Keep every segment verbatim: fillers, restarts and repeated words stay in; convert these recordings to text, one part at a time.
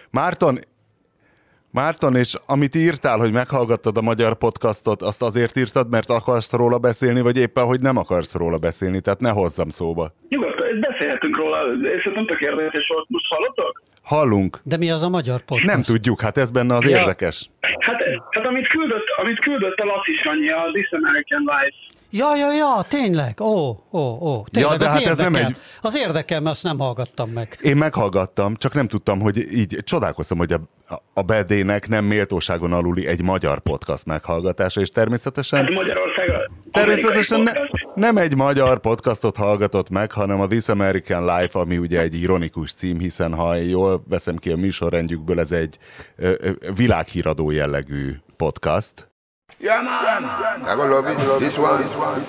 Márton, Márton, és amit írtál, hogy meghallgattad a magyar podcastot, azt azért írtad, mert akarsz róla beszélni, vagy éppen, hogy nem akarsz róla beszélni, tehát ne hozzam szóba. Nyugodtan, beszélhetünk róla, és szerintem tök érdekes volt. Most hallottok? Hallunk. De mi az a magyar podcast? Nem tudjuk, hát ez benne az ja. érdekes. Hát, hát amit, küldött, amit küldött a Laci Sanyi, a This American Life. Ja, ja, ja, tényleg. Ó, ó, ó. Tényleg, ja, de hát ez nem egy... Az érdekel, mert azt nem hallgattam meg. Én meghallgattam, csak nem tudtam, hogy így csodálkoztam, hogy a, a bedének nem méltóságon aluli egy magyar podcast meghallgatása, és természetesen... Hát Magyarországra... Természetesen ne, nem egy magyar podcastot hallgatott meg, hanem a This American Life, ami ugye egy ironikus cím, hiszen ha jól veszem ki a műsorrendjükből, ez egy ö, ö, világhíradó jellegű podcast. Yeah, man. I gonna love it. This one.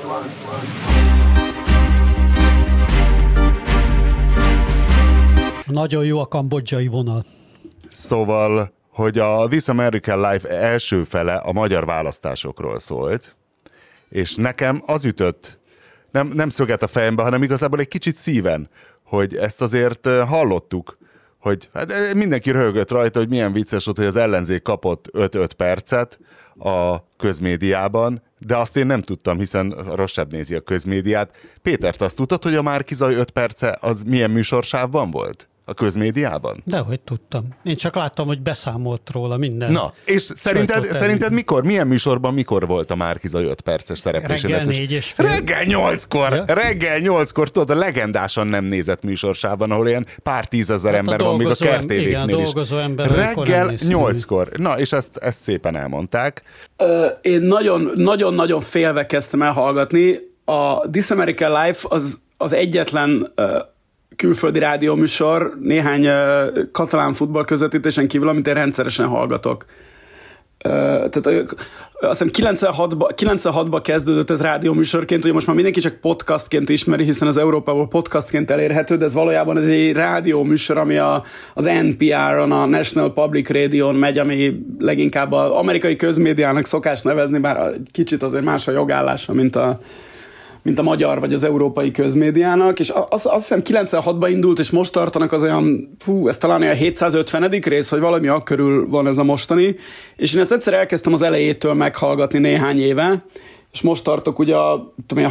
Nagyon jó a kambodzsai vonal. Szóval, hogy a This American Life első fele a magyar választásokról szólt, és nekem az ütött, nem, nem szöget a fejembe, hanem igazából egy kicsit szíven, hogy ezt azért hallottuk, hogy hát mindenki röhögött rajta, hogy milyen vicces volt, hogy az ellenzék kapott öt-öt percet a közmédiában, de azt én nem tudtam, hiszen rosszabb nézi a közmédiát. Péter, te azt tudtad, hogy a Márki-Zay öt perce az milyen műsorsávban volt? A közmédiában? Dehogy tudtam. Én csak láttam, hogy beszámolt róla minden. Na, és szerinted, szerinted mikor, milyen műsorban mikor volt a Márki-Zay öt perces szerepléséletes? Reggel négy és fél. Reggel nyolckor! Ja? Reggel nyolckor, tudod, a legendásan nem nézett műsorsában, ahol ilyen pár tízezer hát ember van, még a kertévéknél is. Reggel nyolckor. Na, és ezt, ezt szépen elmondták. Ö, én nagyon, nagyon-nagyon félve kezdtem el hallgatni. A This American Life az, az egyetlen ö, külföldi rádióműsor, néhány uh, katalán futball közvetítésen kívül, amit én rendszeresen hallgatok. Uh, tehát uh, azt hiszem kilencvenhatban, kilencvenhatban kezdődött ez rádióműsorként, ugye most már mindenki csak podcastként ismeri, hiszen az Európából podcastként elérhető, de ez valójában ez egy rádióműsor, ami a, az en pé er-on, a National Public Radio-n megy, ami leginkább az amerikai közmédiának szokás nevezni, bár kicsit azért más a jogállása, mint a mint a magyar vagy az európai közmédiának, és azt, azt hiszem kilencvenhatban indult, és most tartanak az olyan, fú, ez talán olyan hétszázötvenedik rész, vagy valami akkörül van ez a mostani, és én ezt egyszer elkezdtem az elejétől meghallgatni néhány éve, és most tartok ugye a tudom,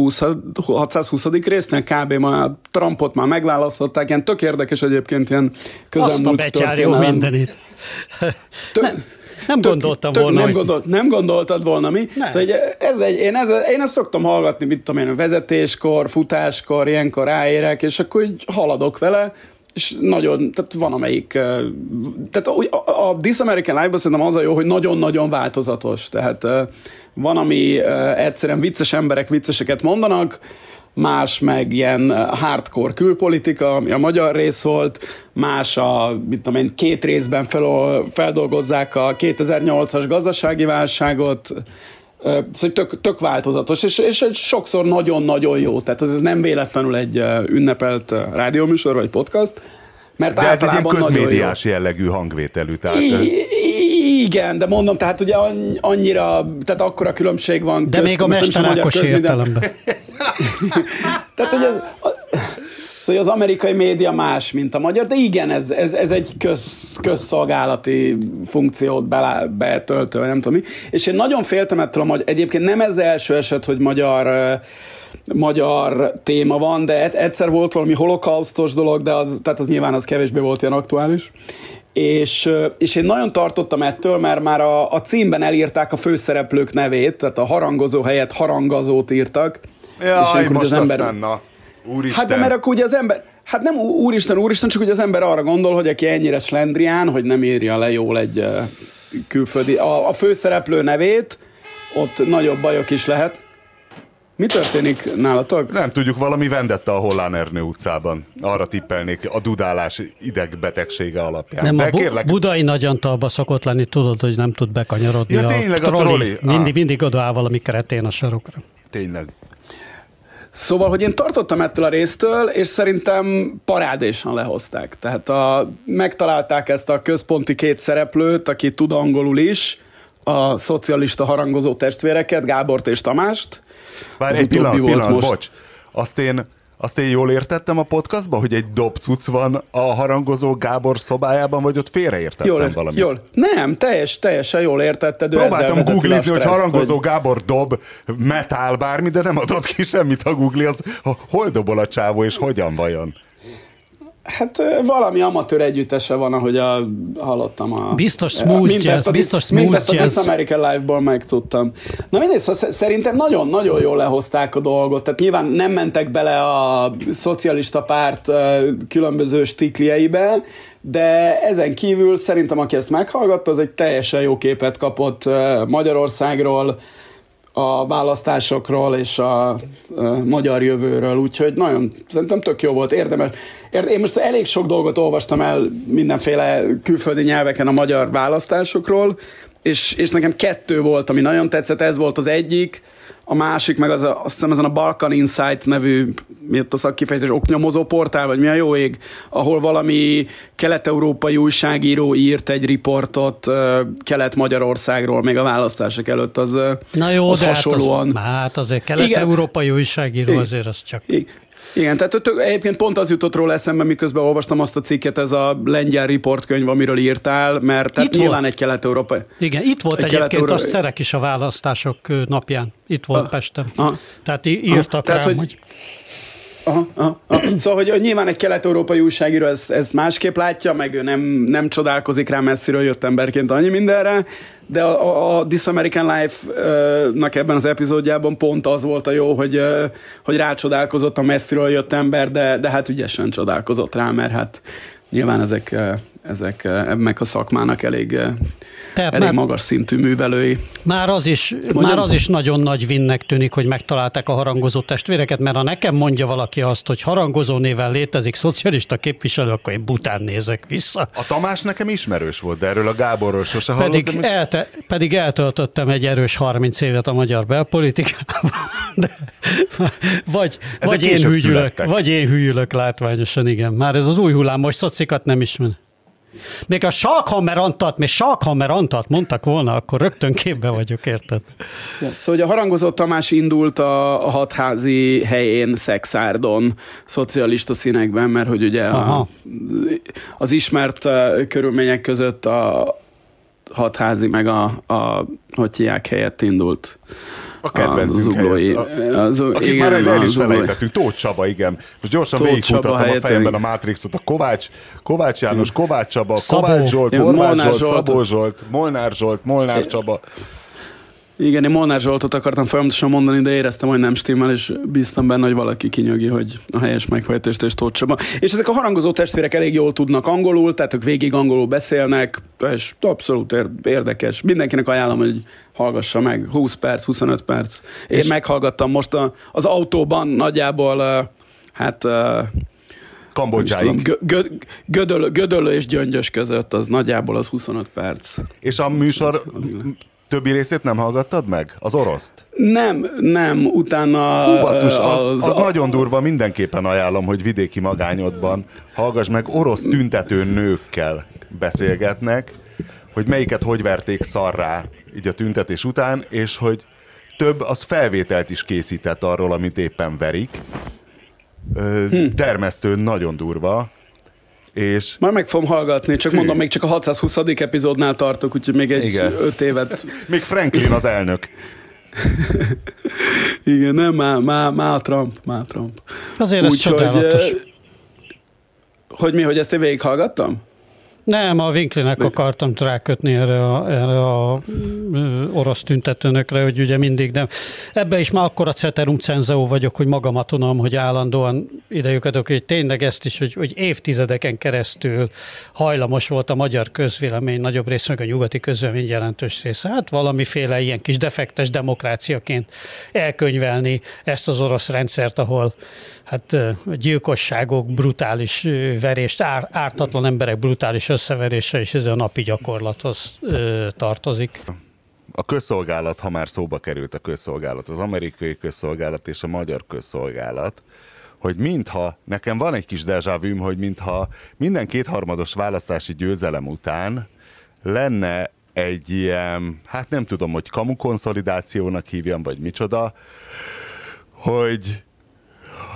hatszázhúsz résznél, kb. Már Trumpot már megválasztották, ilyen tök érdekes egyébként, ilyen közelmúlt történelem. Azt a mindenit. Tök, Nem tök, gondoltam tök, volna. Nem, gondolt, nem gondoltad volna mi? Szóval ez egy, én, ez, én ezt szoktam hallgatni, mit tudom én, vezetéskor, futáskor, ilyenkor ráérek, és akkor így haladok vele, és nagyon, tehát van amelyik, tehát a, a This American Life-ban szerintem az a jó, hogy nagyon-nagyon változatos, tehát van, ami egyszerűen vicces emberek vicceseket mondanak, más meg ilyen hardcore külpolitika, ami a magyar rész volt, más a, mit tudom én, két részben fel, feldolgozzák a kétezer-nyolcas gazdasági válságot, szóval tök, tök változatos, és, és sokszor nagyon-nagyon jó, tehát ez nem véletlenül egy ünnepelt rádióműsor vagy podcast, mert de ez egy ilyen közmédiás jellegű hangvételű. Tehát... I- igen, de mondom, tehát ugye annyira, tehát akkora különbség van. De közt, még a Mesterákos értelemben. Tehát, hogy ez, szóval az amerikai média más, mint a magyar, de igen, ez, ez, ez egy köz, közszolgálati funkciót belá, betöltő, nem tudom mi. És én nagyon féltem ettől, hogy egyébként nem ez első eset, hogy magyar... magyar téma van, de egyszer volt valami holokausztos dolog, de az, tehát az nyilván az kevésbé volt ilyen aktuális. És, és én nagyon tartottam ettől, mert már a, a címben elírták a főszereplők nevét, tehát a harangozó helyett harangazót írtak. Jaj, most az ember... aztán, na, úristen. Hát de mert akkor ugye az ember, hát nem úristen, úristen, csak ugye az ember arra gondol, hogy aki ennyire slendrián, hogy nem írja le jól egy uh, külföldi, a, a főszereplő nevét, ott nagyobb bajok is lehet. Mi történik nálatok? Nem tudjuk, valami vendetta a Hollán Ernő utcában. Arra tippelnék a dudálás idegbetegsége alapján. Nem, de a bu- kérlek... budai Nagyantalba szokott lenni, tudod, hogy nem tud bekanyarodni ja, a tényleg, troli. A troli. Mindig, mindig odaáll valami keretén a sarokra. Tényleg. Szóval, hogy én tartottam ettől a résztől, és szerintem parádésan lehozták. Tehát a, megtalálták ezt a központi két szereplőt, aki tud angolul is, a szocialista harangozó testvéreket, Gábort és Tamást. Várj, egy pillanat, pillanat, most... bocs. Azt én, Azt én jól értettem a podcastban, hogy egy dobcuc van a harangozó Gábor szobájában, vagy ott félreértettem jól, valamit? Jól. Nem, teljes, teljesen jól értetted. Próbáltam googlizni, hogy harangozó hogy... Gábor dob, metal, bármi, de nem adott ki semmit a Google, az hol dobol a csávó, és hogyan vajon? Hát valami amatőr együttese van, ahogy a, hallottam. A, biztos smooth jazz, a, biztos smooth jazz. Mint ezt a This American Life-ból megtudtam. Na mindegy, szóval szerintem nagyon-nagyon jól lehozták a dolgot. Tehát nyilván nem mentek bele a szocialista párt különböző stiklieibe, de ezen kívül szerintem, aki ezt meghallgatta, az egy teljesen jó képet kapott Magyarországról, a választásokról és a, a magyar jövőről, úgyhogy nagyon, szerintem tök jó volt, érdemes. Én most elég sok dolgot olvastam el mindenféle külföldi nyelveken a magyar választásokról, és, és nekem kettő volt, ami nagyon tetszett, ez volt az egyik, a másik meg az a, azt hiszem ezen a Balkan Insight nevű, miért a szakkifejezés, oknyomozó portál, vagy mi a jó ég, ahol valami kelet-európai újságíró írt egy riportot uh, Kelet-Magyarországról, még a választások előtt, az, Na jó, az de hasonlóan. Hát, az, hát azért kelet-európai újságíró, Igen. azért az csak... Igen. Igen, tehát tök, egyébként pont az jutott róla eszembe, miközben olvastam azt a cikket, ez a lengyel riportkönyv, amiről írtál, mert tehát nyilván volt. Egy kelet-európai... Igen, itt volt egy egyébként a Szerek is a választások napján. Itt volt ah, Pesten. Aha. Tehát írtak aha, tehát, rám, hogy... hogy... Aha, aha, aha. Szóval, hogy nyilván egy kelet-európai újságíró ezt, ezt másképp látja, meg ő nem, nem csodálkozik rá, messziről jött emberként annyi mindenre, de a, a This American Life-nak ebben az epizódjában pont az volt a jó, hogy, hogy rácsodálkozott a messziről jött ember, de, de hát ügyesen csodálkozott rá, mert hát nyilván ezek, ezek ennek a szakmának elég, elég már, magas szintű művelői. Már az, is, már az is nagyon nagy vinnek tűnik, hogy megtalálták a harangozó testvéreket, mert ha nekem mondja valaki azt, hogy harangozó néven létezik szocialista képviselő, akkor én bután nézek vissza. A Tamás nekem ismerős volt, de erről a Gáborról sose pedig hallottam. Elte, pedig eltöltöttem egy erős harminc évet a magyar belpolitikában, de vagy, vagy, én hülyülök, vagy én hülyülök látványosan, igen. Már ez az új hullámos szocikat nem ismer. Még a Salkhammer Antat, még Salkhammer Antat mondtak volna, akkor rögtön képbe vagyok, érted? Ja, szóval, hogy a harangozó Tamás indult a, a hatházi helyén Szexárdon, szocialista színekben, mert hogy ugye a, az ismert uh, körülmények között a hatházi meg a, a hogy hívják helyett indult. A kedvencünk helyett. A, az, akit igen, már el, el is felejtettünk. Tóth Csaba, igen. Most gyorsan végigmutattam a fejemben a Matrixot. A Kovács, Kovács János, Kovács Csaba, Szabó. Kovács Zsolt, Igen, Horváth Molnár Zsolt, Zsolt, Szabó Zsolt, Molnár Zsolt, Molnár Csaba. Igen, én Molnár Zsoltot akartam folyamatosan mondani, de éreztem, hogy nem stimmel, és bíztam benne, hogy valaki kinyögi, hogy a helyes megfejtést és Tóth Csaba. És ezek a harangozó testvérek elég jól tudnak angolul, tehát ők végig angolul beszélnek, és abszolút érdekes. Mindenkinek ajánlom, hogy hallgassa meg. húsz perc, huszonöt perc. Én és meghallgattam most a, az autóban nagyjából, hát... Kambodzsáig. Gö, gö, gödöl, gödöllő és Gyöngyös között, az nagyjából az huszonöt perc. És a műsor többi részét nem hallgattad meg? Az oroszt? Nem, nem, utána... Hú, basszus, az, az, az nagyon durva, mindenképpen ajánlom, hogy vidéki magányodban hallgass meg, orosz tüntető nőkkel beszélgetnek, hogy melyiket hogy verték szarrá így a tüntetés után, és hogy több az felvételt is készített arról, amit éppen verik. Ö, hm. Termesztő, nagyon durva. És már meg fogom hallgatni, csak fű. Mondom, még csak a hatszázhuszadik epizódnál tartok, úgyhogy még egy igen. öt évet... Még Franklin az elnök. Igen, nem, már, már, már Trump, már Trump. Azért ez csodálatos. Hogy, hogy mi, hogy ezt én végighallgattam? Nem, a Winklinek akartam rákötni erre a, erre a orosz tüntetőnökre, hogy ugye mindig nem. Ebbe is már akkora ceterum cenzeo vagyok, hogy magamat unom, hogy állandóan idejökedök, hogy tényleg ezt is, hogy, hogy évtizedeken keresztül hajlamos volt a magyar közvélemény, nagyobb rész meg a nyugati közvélemény jelentős része. Hát valamiféle ilyen kis defektes demokráciaként elkönyvelni ezt az orosz rendszert, ahol hát gyilkosságok, brutális verést, ár, ártatlan emberek brutális összeverése, és ez a napi gyakorlathoz ö, tartozik. A közszolgálat, ha már szóba került a közszolgálat, az amerikai közszolgálat és a magyar közszolgálat, hogy mintha, nekem van egy kis déjà vu, hogy mintha minden kétharmados választási győzelem után lenne egy ilyen, hát nem tudom, hogy kamu konszolidációnak hívjam, vagy micsoda, hogy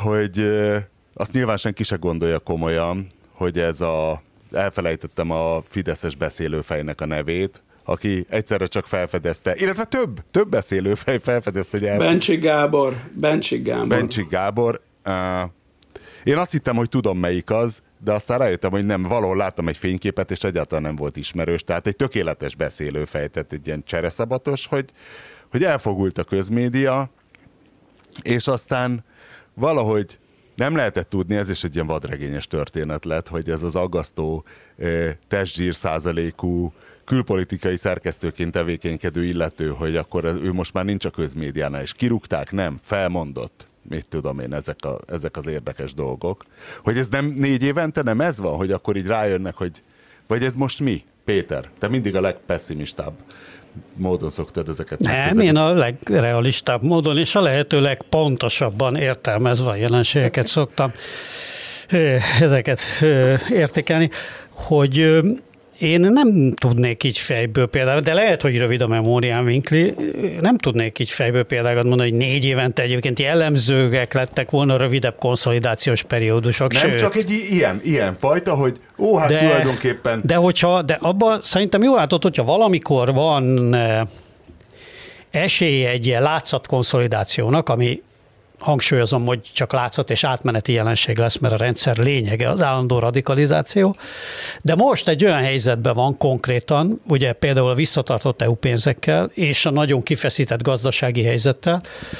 hogy azt nyilván senki se gondolja komolyan, hogy ez a, elfelejtettem a fideszes beszélőfejnek a nevét, aki egyszerre csak felfedezte, illetve több, több beszélőfej felfedezte, hogy elfelejtettem. Bencsik Gábor. Bencsik Gábor. Bencsik Gábor. Uh, én azt hittem, hogy tudom melyik az, de aztán rájöttem, hogy nem, valahol láttam egy fényképet, és egyáltalán nem volt ismerős. Tehát egy tökéletes beszélőfej, tehát egy ilyen csereszabatos, hogy, hogy elfogult a közmédia, és aztán valahogy nem lehetett tudni, ez is egy ilyen vadregényes történet lett, hogy ez az aggasztó eh, testzsír százalékú külpolitikai szerkesztőként tevékenykedő illető, hogy akkor ő most már nincs a közmédiánál, és kirúgták, nem, felmondott. Mit tudom én, ezek, a, ezek az érdekes dolgok. Hogy ez nem négy évente, nem ez van, hogy akkor így rájönnek, hogy vagy ez most mi? Péter, te mindig a legpesszimistább módon szoktad ezeket Nem, én a legrealistább módon és a lehető legpontosabban értelmezve a jelenségeket szoktam ezeket értékelni, hogy én nem tudnék így fejből például, de lehet, hogy rövid a memóriám, Winkli, nem tudnék így fejből például mondani, hogy négy évente egyébként jellemzőek lettek volna rövidebb konszolidációs periódusok. Nem sőt, csak egy ilyen, ilyen fajta, hogy ó, hát de, tulajdonképpen... De hogyha, de abban szerintem jól látod, hogyha valamikor van esélye egy ilyen látszatkonszolidációnak, ami hangsúlyozom, hogy csak látszat és átmeneti jelenség lesz, mert a rendszer lényege az állandó radikalizáció. De most egy olyan helyzetben van konkrétan, ugye például a visszatartott é u pénzekkel és a nagyon kifeszített gazdasági helyzettel,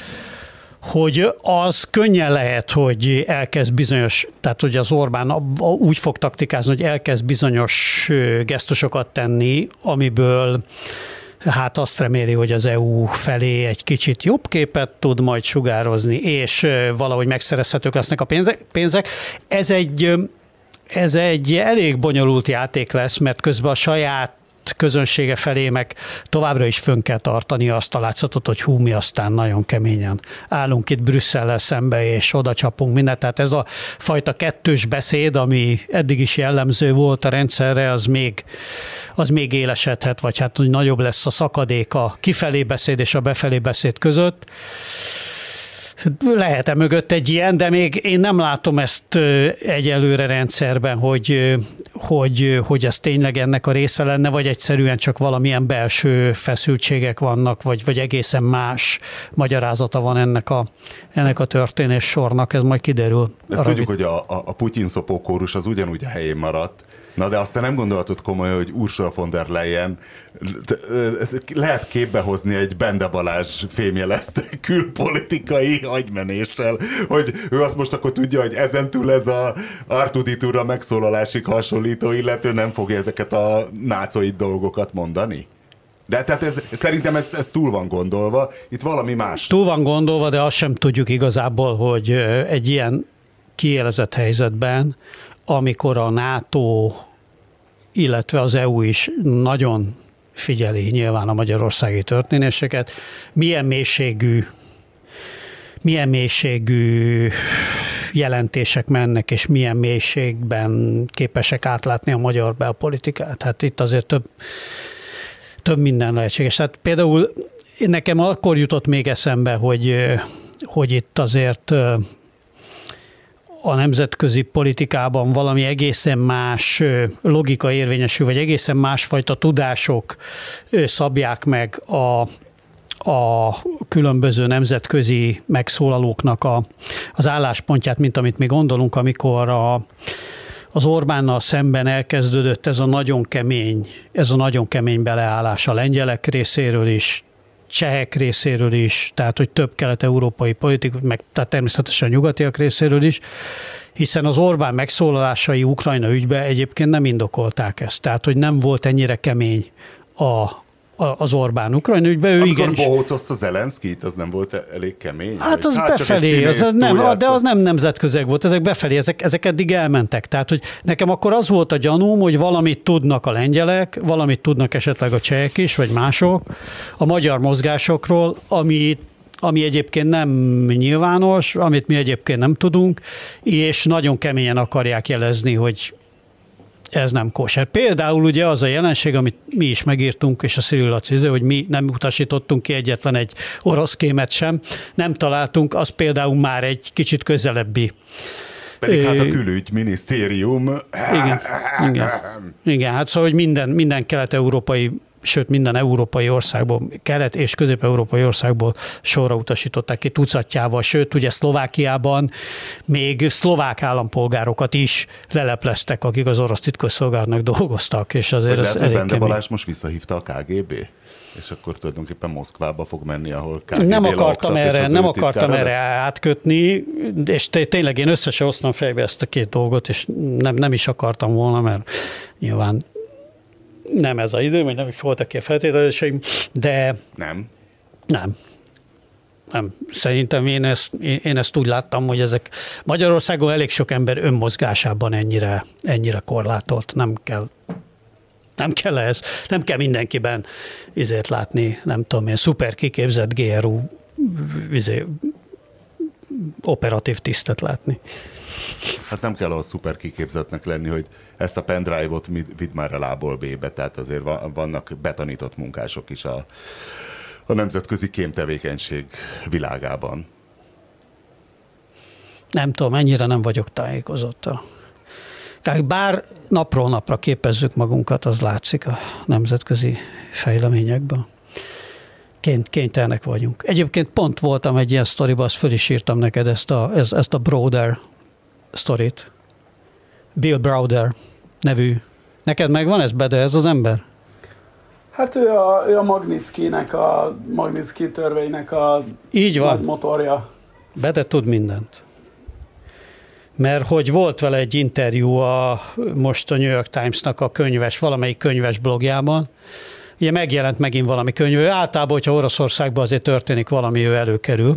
hogy az könnyen lehet, hogy elkezd bizonyos, tehát hogy az Orbán úgy fog taktikázni, hogy elkezd bizonyos gesztusokat tenni, amiből hát azt reméli, hogy az é u felé egy kicsit jobb képet tud majd sugározni, és valahogy megszerezhetők lesznek a pénzek. Ez egy, ez egy elég bonyolult játék lesz, mert közben a saját közönsége felé meg továbbra is fönn kell tartani azt a látszatot, hogy hú, mi aztán nagyon keményen állunk itt Brüsszellel szembe, és oda csapunk mindent. Tehát ez a fajta kettős beszéd, ami eddig is jellemző volt a rendszerre, az még, az még élesedhet, vagy hát hogy nagyobb lesz a szakadék a kifelé beszéd és a befelé beszéd között. Lehet-e mögött egy ilyen, de még én nem látom ezt egyelőre rendszerben, hogy, hogy, hogy ez tényleg ennek a része lenne, vagy egyszerűen csak valamilyen belső feszültségek vannak, vagy, vagy egészen más magyarázata van ennek a, ennek a történés sornak, ez majd kiderül. Ezt tudjuk, hogy a, a, a Putyin szopókórus az ugyanúgy a helyén maradt. Na de azt te nem gondolhatod komolyan, hogy Ursula von der Leyen lehet képbe hozni egy Bende Balázs fémjelezt külpolitikai agymenéssel, hogy ő azt most akkor tudja, hogy ezentúl ez a Artuditúra megszólalásig hasonlító, illető nem fogja ezeket a nácoid dolgokat mondani? De tehát ez, szerintem ez, ez túl van gondolva, itt valami más. Túl van gondolva, de azt sem tudjuk igazából, hogy egy ilyen kiélezett helyzetben, amikor a NATO, illetve az é u is nagyon figyeli nyilván a magyarországi történéseket, milyen mélységű, milyen mélységű jelentések mennek, és milyen mélységben képesek átlátni a magyar belpolitikát. Hát itt azért több, több minden lehetséges. Hát például nekem akkor jutott még eszembe, hogy, hogy itt azért a nemzetközi politikában valami egészen más logika érvényesül, vagy egészen másfajta tudások szabják meg a, a különböző nemzetközi megszólalóknak a, az álláspontját, mint amit mi gondolunk, amikor a, az Orbánnal szemben elkezdődött ez a nagyon kemény, ez a nagyon kemény beleállás a lengyelek részéről is, csehek részéről is, tehát hogy több kelet-európai politikus, meg tehát természetesen a nyugatiak részéről is, hiszen az Orbán megszólalásai Ukrajna ügyben egyébként nem indokolták ezt. Tehát, hogy nem volt ennyire kemény a, a, az Orbán Ukrajna ügyben. Ő Amikor igenis... bohócozta Zelenszkijt, az nem volt elég kemény? Hát az hát befelé, az nem, de az nem nemzetközeg volt, ezek befelé, ezek, ezek eddig elmentek. Tehát, hogy nekem akkor az volt a gyanúm, hogy valamit tudnak a lengyelek, valamit tudnak esetleg a csehek is, vagy mások a magyar mozgásokról, amit ami egyébként nem nyilvános, amit mi egyébként nem tudunk, és nagyon keményen akarják jelezni, hogy ez nem kóser. Például ugye az a jelenség, amit mi is megírtunk, és a Cyril Laci, hogy mi nem utasítottunk ki egyetlen egy orosz kémet sem, nem találtunk, az például már egy kicsit közelebbi. Pedig hát a külügyminisztérium... Igen, igen, igen, hát szóval, hogy minden, minden kelet-európai, sőt minden európai országból, kelet- és közép-európai országból sorra utasították ki tucatjával, sőt ugye Szlovákiában még szlovák állampolgárokat is lelepleztek, akik az orosz titkosszolgálatnak dolgoztak, és azért vagy ez lehet, elég Bende kemény. Balázs most visszahívta a ká gé bé? És akkor tulajdonképpen Moszkvába fog menni, ahol ká gé bé Nem akartam laoktat, erre, és nem ő akartam titkára erre lesz? átkötni, és tényleg én össze se hoztam fejbe ezt a két dolgot, és nem, nem is akartam volna, mert nyilván nem ez az idő, vagy nem is voltak ilyen feltételezéseim, de Nem. nem. Nem. Szerintem én ezt, én ezt úgy láttam, hogy ezek Magyarországon elég sok ember önmozgásában ennyire, ennyire korlátolt. Nem kell, nem kell ez, nem kell mindenkiben izét látni, nem tudom én, szuper kiképzett gé er u izé, operatív tisztet látni. Hát nem kell ahhoz szuper kiképzetnek lenni, hogy ezt a pendrive-ot vidd már el A-ból B-be, tehát azért vannak betanított munkások is a, a nemzetközi kémtevékenység világában. Nem tudom, ennyire nem vagyok tájékozott. Tehát bár napról napra képezzük magunkat, az látszik a nemzetközi fejleményekben. Kény, kénytelenek vagyunk. Egyébként pont voltam egy ilyen sztoriban, azt föl is írtam neked ezt a, ez, ezt a Browder sztorit. Bill Browder nevű. Neked megvan ez, Bede, ez az ember? Hát ő a, ő a Magnitsky-nek, a Magnitsky törvénynek a Így van. motorja. Bede tud mindent. Mert hogy volt vele egy interjú a, most a New York Times-nak a könyves, valamelyik könyves blogjában. Ugye megjelent megint valami könyv. Ő általában, hogyha Oroszországban azért történik valami, ő előkerül.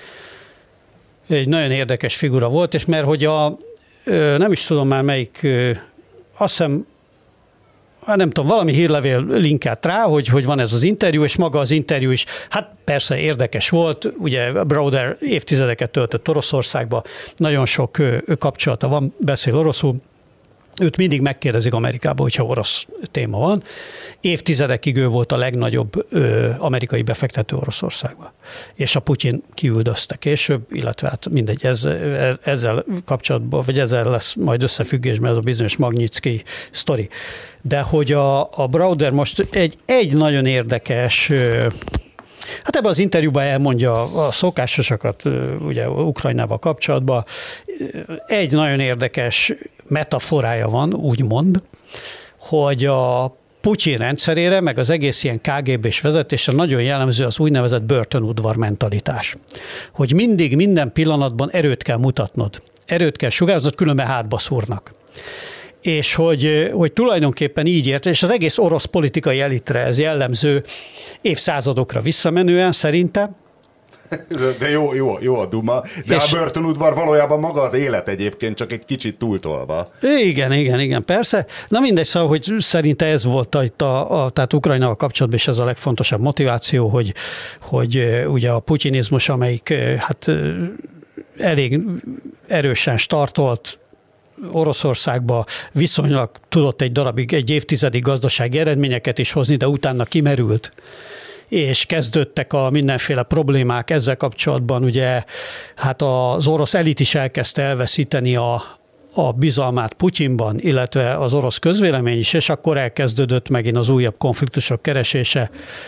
Egy nagyon érdekes figura volt, és mert hogy a, nem is tudom már melyik, azt hiszem, nem tudom, valami hírlevél linkelt rá, hogy, hogy van ez az interjú, és maga az interjú is, hát persze érdekes volt, ugye Browder évtizedeket töltött Oroszországba, nagyon sok kapcsolata van, beszél oroszul, őt mindig megkérdezik Amerikában, hogyha orosz téma van. Évtizedekig ő volt a legnagyobb ö, amerikai befektető Oroszországba. És a Putyin kiüldözte később, illetve hát mindegy, ez, ezzel kapcsolatban, vagy ezzel lesz majd összefüggésben ez a bizonyos Magnitsky sztori. De hogy a, a Browder most egy, egy nagyon érdekes, ö, hát ebben az interjúban elmondja a szokásosakat, ugye Ukrajnával kapcsolatban. Egy nagyon érdekes metaforája van, úgymond, hogy a Putyin rendszerére, meg az egész ilyen ká gé bés vezetésre nagyon jellemző az úgynevezett börtönudvar mentalitás. Hogy mindig, minden pillanatban erőt kell mutatnod, erőt kell sugárznod, különben hátba szúrnak. És hogy, hogy tulajdonképpen így ért, és az egész orosz politikai elitre ez jellemző évszázadokra visszamenően szerintem. De jó, jó, jó a duma, de és a börtönudvar valójában maga az élet egyébként, csak egy kicsit túltolva. Igen, igen, igen, persze. Na mindegy, szóval, hogy szerinte ez volt itt a, a tehát Ukrajnával kapcsolatban is ez a legfontosabb motiváció, hogy, hogy ugye a putyinizmus, amelyik hát elég erősen startolt Oroszországba, viszonylag tudott egy darabig, egy évtizedig gazdasági eredményeket is hozni, de utána kimerült, és kezdődtek a mindenféle problémák ezzel kapcsolatban. Ugye hát az orosz elit is elkezdte elveszíteni a, a bizalmát Putyinban, illetve az orosz közvélemény is, és akkor elkezdődött megint az újabb konfliktusok keresése,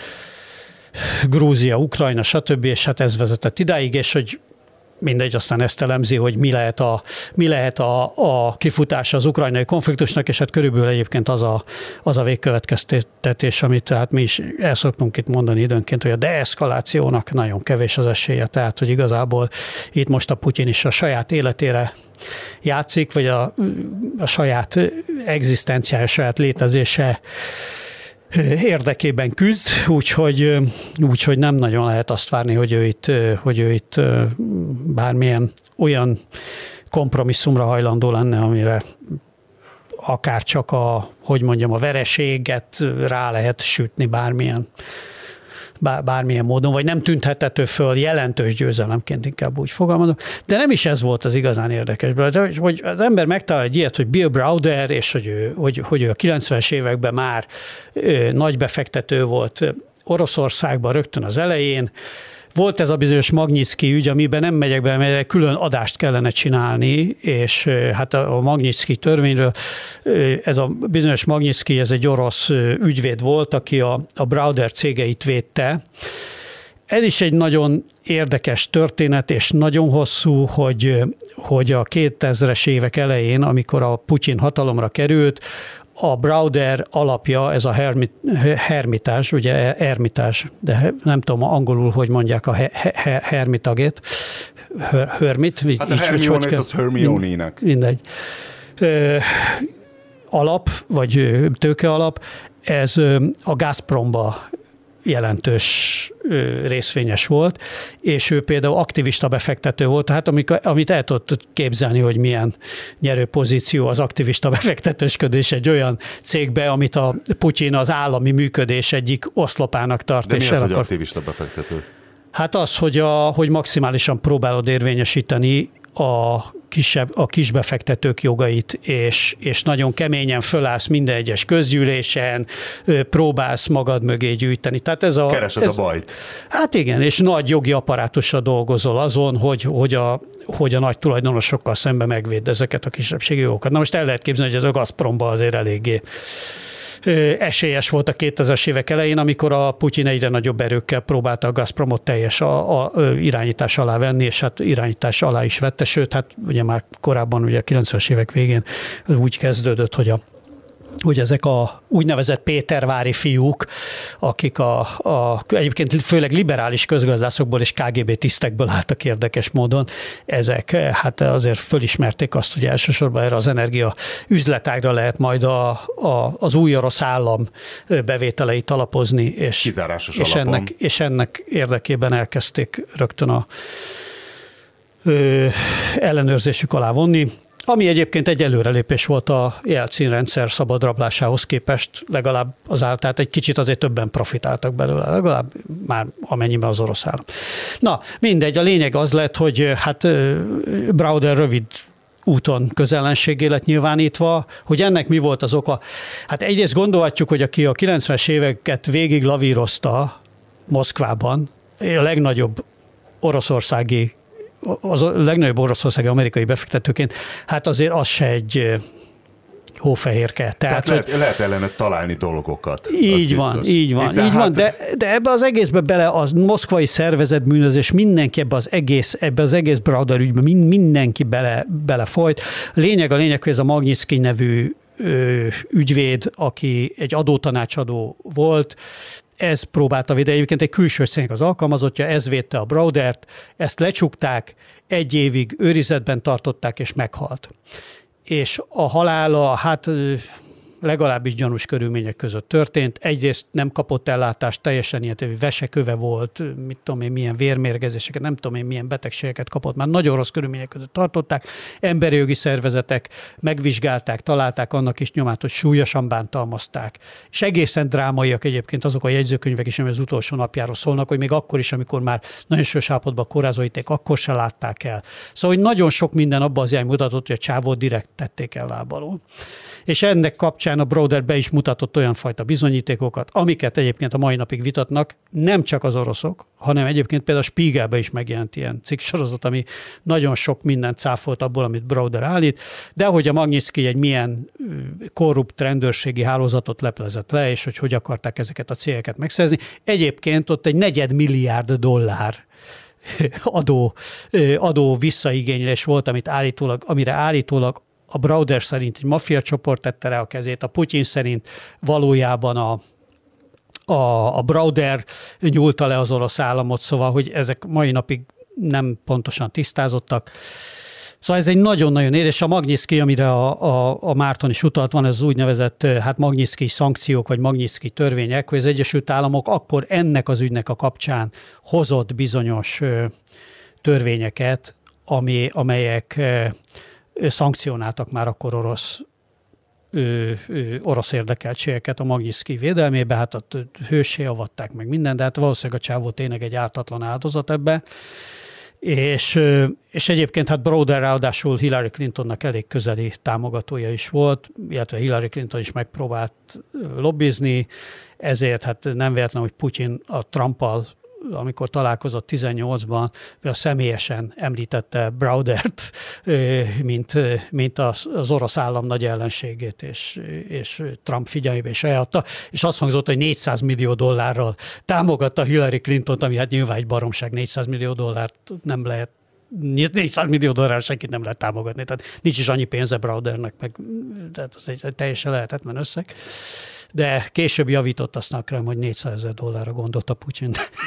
Grúzia, Ukrajna, stb., és hát ez vezetett idáig, és hogy mindegy, aztán ezt elemzi, hogy mi lehet a, mi lehet a, a kifutása az ukrajnai konfliktusnak, és hát körülbelül egyébként az a, az a végkövetkeztetés, amit tehát mi is el szoktunk itt mondani időnként, hogy a deeszkalációnak nagyon kevés az esélye, tehát hogy igazából itt most a Putyin is a saját életére játszik, vagy a, a saját egzisztenciája, a saját létezése érdekében küzd, úgyhogy, úgyhogy nem nagyon lehet azt várni, hogy ő itt, hogy ő itt bármilyen olyan kompromisszumra hajlandó lenne, amire akár csak a, hogy mondjam, a vereséget rá lehet sütni bármilyen bármilyen módon, vagy nem tüntethető föl jelentős győzelemként, inkább úgy fogalmazom. De nem is ez volt az igazán érdekes. De hogy az ember megtalál egy ilyet, hogy Bill Browder, és hogy ő, hogy, hogy ő a kilencvenes években már ő, nagy befektető volt Oroszországban rögtön az elején. Volt ez a bizonyos Magnitsky ügy, amiben nem megyek bele, mert külön adást kellene csinálni, és hát a Magnitsky törvényről, ez a bizonyos Magnitsky, ez egy orosz ügyvéd volt, aki a, a Browder cégeit védte. Ez is egy nagyon érdekes történet, és nagyon hosszú, hogy, hogy a kétezres évek elején, amikor a Putyin hatalomra került, a Browder alapja, ez a hermit, hermitás, ugye ermitás, de nem tudom angolul, hogy mondják a her, hermitagét, hermit. Hát a Hermione-t az Hermione-nek. Mindegy. Alap, vagy tőke alap, ez a Gazpromba jelentős részvényes volt, és ő például aktivista befektető volt, tehát amit el tudott képzelni, hogy milyen nyerő pozíció az aktivista befektetősködés egy olyan cégbe, amit a Putyin az állami működés egyik oszlopának tart. De és mi az, el hogy akar... aktivista befektető? Hát az, hogy, a, hogy maximálisan próbálod érvényesíteni a kisebb, a kisbefektetők jogait, és, és nagyon keményen fölállsz minden egyes közgyűlésen, próbálsz magad mögé gyűjteni. Tehát ez a, Keresed ez, a bajt. Hát igen, és nagy jogi apparátussal dolgozol azon, hogy, hogy, a, hogy a nagy tulajdonosokkal szemben megvédd ezeket a kisebbségi jogokat. Na most el lehet képzelni, hogy ez a Gazpromban azért eléggé esélyes volt a kétezres évek elején, amikor a Putyin egyre nagyobb erőkkel próbálta a Gazpromot teljes a, a irányítás alá venni, és hát irányítás alá is vette, sőt, hát ugye már korábban, ugye a kilencvenes évek végén úgy kezdődött, hogy a hogy ezek a úgynevezett pétervári fiúk, akik a, a, egyébként főleg liberális közgazdászokból és ká gé bé tisztekből álltak érdekes módon, ezek hát azért fölismerték azt, hogy elsősorban erre az energia üzletágra lehet majd a, a, az új orosz állam bevételeit alapozni, és, és, ennek, és ennek érdekében elkezdték rögtön a ö, ellenőrzésük alá vonni. Ami egyébként egy előrelépés volt a Jelcin rendszer szabad rablásához képest, legalább az által, tehát egy kicsit azért többen profitáltak belőle, legalább már amennyiben az orosz állam. Na, mindegy, a lényeg az lett, hogy hát Browder rövid úton közellenségé lett nyilvánítva, hogy ennek mi volt az oka. Hát egyrészt gondolhatjuk, hogy aki a kilencvenes éveket végig lavírozta Moszkvában, a legnagyobb oroszországi az a legnagyobb oroszországi amerikai befektetőként, hát azért az se egy hófehérke. Tehát, Tehát lehet, lehet ellene találni dolgokat. Így van, így van, így hát... van, de, de ebbe az egészbe bele az moszkvai szervezetbűnözés, mindenki ebbe az egész, ebbe az egész Browder ügyben, mindenki bele, belefolyt. Lényeg a lényeg, hogy ez a Magnitsky nevű ö, ügyvéd, aki egy adótanácsadó volt, ez próbálta védeni, egyébként egy külső cégnek az alkalmazottja, ez védte a Browdert, ezt lecsukták, egy évig őrizetben tartották, és meghalt. És a halála, hát legalábbis gyanús körülmények között történt. Egyrészt nem kapott ellátást, teljesen ilyen veseköve volt, mit tudom én, milyen vérmérgezéseket, nem tudom én, milyen betegségeket kapott, már nagyon rossz körülmények között tartották. Emberi jogi szervezetek megvizsgálták, találták annak is nyomát, hogy súlyosan bántalmazták. És egészen drámaiak egyébként azok a jegyzőkönyvek is, ami az utolsó napjáról szólnak, hogy még akkor is, amikor már nagyon sős állapotban kórházolíték, akkor se látták el. Szóval, hogy nagyon sok minden abban az irány mutatott, hogy a csávót direkt tették el lábalól. És ennek kapcsán a Browder be is mutatott olyan fajta bizonyítékokat, amiket egyébként a mai napig vitatnak, nem csak az oroszok, hanem egyébként például a Spiegelben is megjelent ilyen cikksorozat, ami nagyon sok mindent cáfolt abból, amit Browder állít, de hogy a Magnitsky egy milyen korrupt rendőrségi hálózatot leplezett le, és hogy hogy akarták ezeket a cégeket megszerzni. Egyébként ott egy negyed milliárd dollár adó, adó visszaigénylés volt, amit állítólag, amire állítólag a Browder szerint egy maffia csoport tette rá a kezét, a Putyin szerint valójában a, a, a Browder nyúlta le az orosz államot, szóval, hogy ezek mai napig nem pontosan tisztázottak. Szóval ez egy nagyon-nagyon érdekes. A Magnitsky, amire a, a, a Márton is utalt, van ez az úgynevezett hát Magnitsky szankciók, vagy Magnitsky törvények, hogy az Egyesült Államok akkor ennek az ügynek a kapcsán hozott bizonyos törvényeket, ami, amelyek szankcionáltak már akkor orosz ö, ö, orosz érdekeltségeket a Magnitsky védelmébe, hát ott hőssé avatták meg minden, de hát valószínűleg a csávó tényleg egy ártatlan áldozat ebben. És, és egyébként hát Browder ráadásul Hillary Clintonnak elég közeli támogatója is volt, illetve Hillary Clinton is megpróbált lobbizni, ezért hát nem véletlen, hogy Putyin a Trumpal, amikor találkozott tizennyolcban, személyesen említette Browdert, mint, mint az, az orosz állam nagy ellenségét, és, és Trump figyelmébe is ajánlotta, és azt hangzott, hogy négyszáz millió dollárral támogatta Hillary Clintont, ami hát nyilván egy baromság, négyszáz millió dollárt nem lehet, négyszáz millió dollár senkit nem lehet támogatni, tehát nincs is annyi pénze Browdernek, meg, tehát az egy teljesen lehetetlen összeg. De később javított azt nekem, hogy négyszázezer dollárra gondolt a Putyin.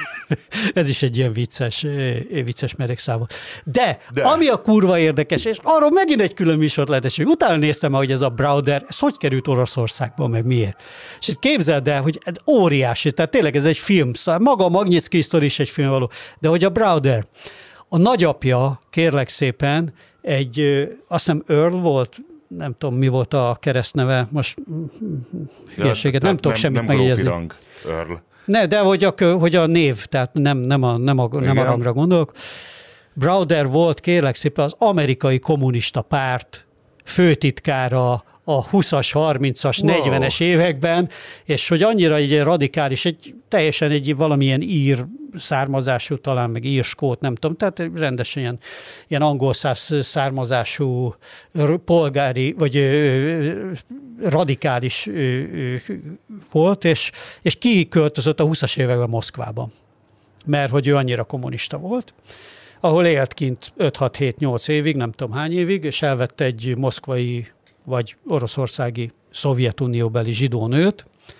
Ez is egy ilyen vicces, vicces merékszám volt. De, De, ami a kurva érdekes, és arról megint egy külön műsort lehetőség. Utána néztem, hogy ez a Browder, ez hogy került Oroszországba, meg miért. És itt képzeld el, hogy ez óriási, tehát tényleg ez egy film, maga a Magnitsky sztori is egy film való, de hogy a Browder, a nagyapja, kérlek szépen, egy, azt hiszem Earl volt, nem tudom, mi volt a keresztneve, most hülyeséget, ja, nem tudok semmit megjegyezni. Earl. Ne, de hogy a, hogy a név, tehát nem, nem, a, nem, a, nem a rangra gondolok. Browder volt, kérlek szépen, az amerikai kommunista párt főtitkára a huszas, harmincas, wow. negyvenes években, és hogy annyira egy radikális, egy, teljesen egy valamilyen ír származású, talán meg írskót, nem tudom, tehát rendesen ilyen, ilyen angol száz származású polgári, vagy ö, radikális ö, ö, volt, és, és kiköltözött a huszas években Moszkvába, mert hogy ő annyira kommunista volt, ahol élt kint öt hat hét nyolc évig, nem tudom hány évig, és elvette egy moszkvai vagy oroszországi Szovjetunióbeli zsidó nőt,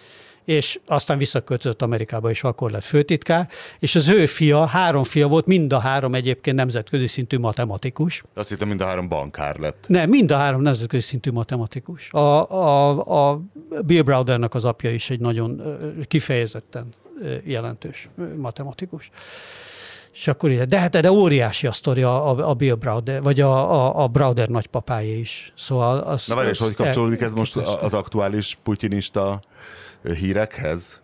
és aztán visszaköltözött Amerikába, és akkor lett főtitkár, és az ő fia, három fia volt, mind a három egyébként nemzetközi szintű matematikus. Azt hittem, mind a három bankár lett. Nem, mind a három nemzetközi szintű matematikus. A, a, a Bill Browdernek az apja is egy nagyon kifejezetten jelentős matematikus. És akkor ide, de, de, de óriási a sztori a, a Bill Browder, vagy a, a, a Browder nagypapája is. Szóval az, Na várj, és hogy kapcsolódik ez most az, az aktuális putyinista hírekhez?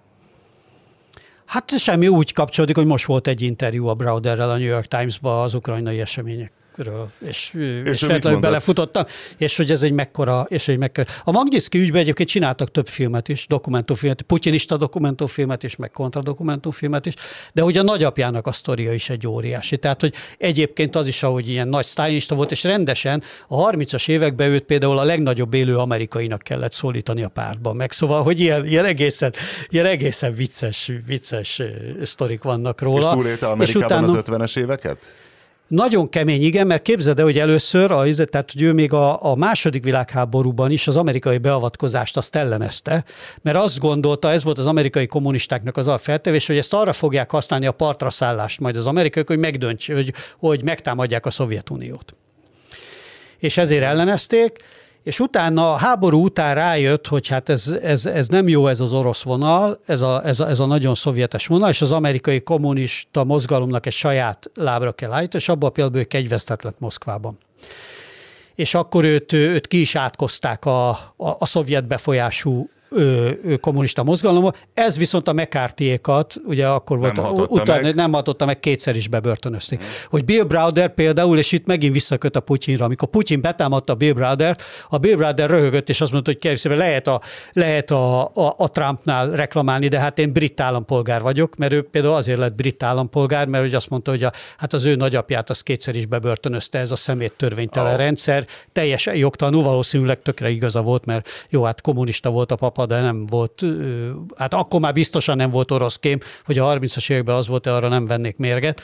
Hát semmi, úgy kapcsolódik, hogy most volt egy interjú a Browderrel a New York Times-ba az ukrajnai események. És, és, és belefutottam, és hogy ez egy mekkora, és egy mekkora. A Magnitsky ügyben egyébként csináltak több filmet is, dokumentumfilmet, putyinista dokumentumfilmet is, meg kontradokumentumfilmet is, de hogy a nagyapjának a sztoria is egy óriási. Tehát, hogy egyébként az is, ahogy ilyen nagy sztálinista volt, és rendesen a harmincas években őt például a legnagyobb élő amerikainak kellett szólítani a pártban meg. Szóval, hogy ilyen, ilyen, egészen, ilyen egészen vicces, vicces sztorik vannak róla. És túlélte Amerikában utána az ötvenes éveket? Nagyon kemény, igen, mert képzeld el, hogy először, a, tehát hogy ő még a, a második világháborúban is az amerikai beavatkozást azt ellenezte, mert azt gondolta, ez volt az amerikai kommunistáknak az alapfeltevés, hogy ezt arra fogják használni a partra szállást majd az amerikaiak, hogy megdöntsék, hogy, hogy megtámadják a Szovjetuniót. És ezért ellenezték, és utána a háború után rájött, hogy hát ez, ez, ez nem jó, ez az orosz vonal, ez a, ez, a, ez a nagyon szovjetes vonal, és az amerikai kommunista mozgalomnak egy saját lábra kell állítani, és abban a pillanatban ő kegyvesztett lett Moszkvában. És akkor őt, őt ki is átkozták a, a, a szovjet befolyású Ö, ö, kommunista mozgalomba. Ez viszont a McCarthy-ékat, ugye akkor volt, nem hatotta, utána, meg. nem hatotta meg, kétszer is bebörtönözték. Hmm. Hogy Bill Browder például, és itt megint visszaköt a Putyinra, amikor Putyin betámadta Bill Browdert, a Bill Browder röhögött, és azt mondta, hogy kérlek, lehet, a, lehet a, a, a Trumpnál reklamálni, de hát én brit állampolgár vagyok, mert ő például azért lett brit állampolgár, mert hogy azt mondta, hogy a, hát az ő nagyapját az kétszer is bebörtönözte, ez a szemét törvénytelen oh. rendszer, teljesen jogtalanul, valószínűleg tökre igaza volt, mert jó, hát kommunista volt a papa, de nem volt, hát akkor már biztosan nem volt oroszkém, hogy a harmincas években az volt, arra nem vennék mérget.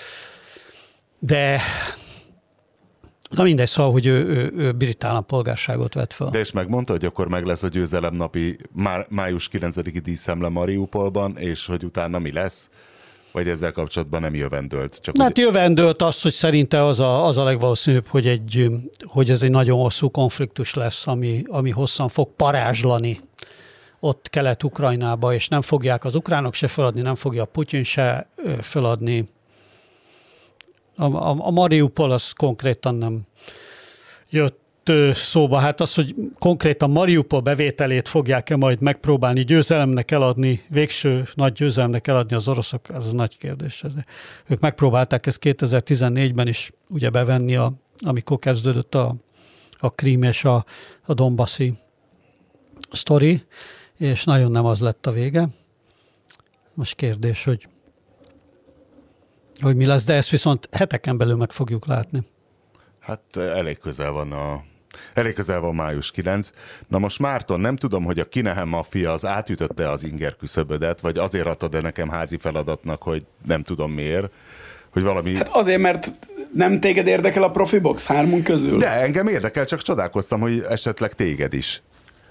De na mindegy, szóval, hogy ő, ő, ő brit állampolgárságot vett fel. De és megmondta, hogy akkor meg lesz a győzelemnapi má, május kilencediki díszemle Mariupolban, és hogy utána mi lesz? Vagy ezzel kapcsolatban nem jövendölt? Csak hát ugye... jövendölt azt, hogy szerinte az a, az a legvalószínűbb, hogy, egy, hogy ez egy nagyon hosszú konfliktus lesz, ami, ami hosszan fog parázslani ott Kelet-Ukrajnába, és nem fogják az ukránok se feladni, nem fogja a Putyin se feladni. A, a, a Mariupol az konkrétan nem jött szóba, hát az, hogy konkrétan Mariupol bevételét fogják-e majd megpróbálni győzelemnek eladni, végső nagy győzelemnek eladni az oroszok, az nagy kérdés. Ők megpróbálták ezt kétezer-tizennégyben is ugye bevenni, a, amikor kezdődött a, a Krím és a, a Donbassi sztori, és nagyon nem az lett a vége. Most kérdés, hogy, hogy mi lesz, de ezt viszont heteken belül meg fogjuk látni. Hát elég közel van a... Elég közel van május kilencedike. Na most Márton, nem tudom, hogy a Kinahan maffia az átütötte az inger küszöbödet, vagy azért adtad-e nekem házi feladatnak, hogy nem tudom miért, hogy valami... Hát azért, mert nem téged érdekel a profi box hármunk közül? De engem érdekel, csak csodálkoztam, hogy esetleg téged is.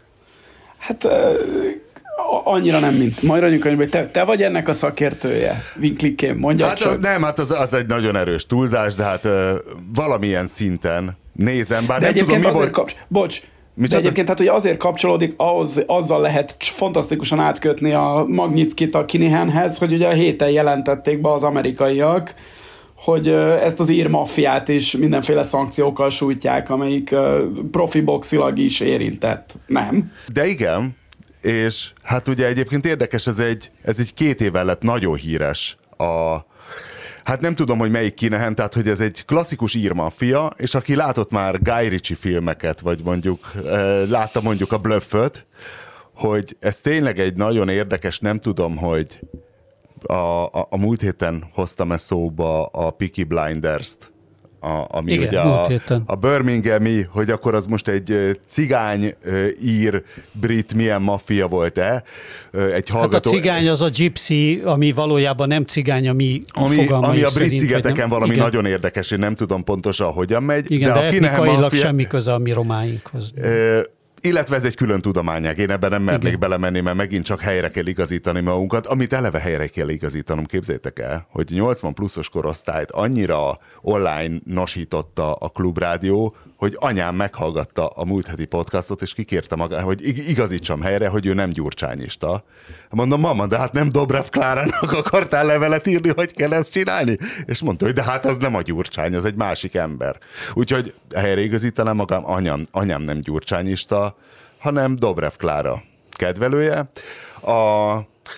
Hát uh, annyira nem, mint majd anyuka, hogy te, te vagy ennek a szakértője. Vinklikém, mondjad hát, csak. Nem, hát az, az egy nagyon erős túlzás, de hát uh, valamilyen szinten nézem, bár de nem tudom, mi volt... Kapcs... Bocs, Mi de egyébként hát, hogy azért kapcsolódik, ahhoz, azzal lehet fantasztikusan átkötni a Magnitskit a Kinahanhez, hogy ugye a héten jelentették be az amerikaiak, hogy ezt az ír maffiát is mindenféle szankciókkal sújtják, amelyik profi boxilag is érintett. Nem? De igen, és hát ugye egyébként érdekes, ez egy, ez egy két évvel lett nagyon híres a... Hát nem tudom, hogy melyik Kinahan, tehát hogy ez egy klasszikus ír maffia, és aki látott már Guy Ritchie filmeket, vagy mondjuk eh, látta mondjuk a Blufföt, hogy ez tényleg egy nagyon érdekes, nem tudom, hogy a, a, a múlt héten hoztam-e szóba a Peaky Blinders-t, a, ami igen, ugye a, a Birminghami, hogy akkor az most egy cigány, ír, brit, milyen maffia volt-e. Egy hallgató... Hát a cigány az a gypsy, ami valójában nem cigány, ami ami, ami a brit szerint, szigeteken valami igen. nagyon érdekes, én nem tudom pontosan hogyan megy. Igen, de, de a etnikailag maffia... semmi köze a mi romáinkhoz. E, illetve ez egy külön tudományág, én ebben nem mernék igen. belemenni, mert megint csak helyre kell igazítani magunkat, amit eleve helyre kell igazítanom, képzeljétek el, hogy nyolcvan pluszos korosztályt annyira online nosította a Klubrádió, hogy anyám meghallgatta a múlt heti podcastot, és kikérte magát, hogy igazítsam helyre, hogy ő nem gyurcsányista. Mondom, mama, de hát nem Dobrev Klárának akartál levelet írni, hogy kell ezt csinálni? És mondta, hogy de hát az nem a Gyurcsány, az egy másik ember. Úgyhogy helyre igazítanám magam, anyám, anyám nem gyurcsányista, hanem Dobrev Klára kedvelője. A,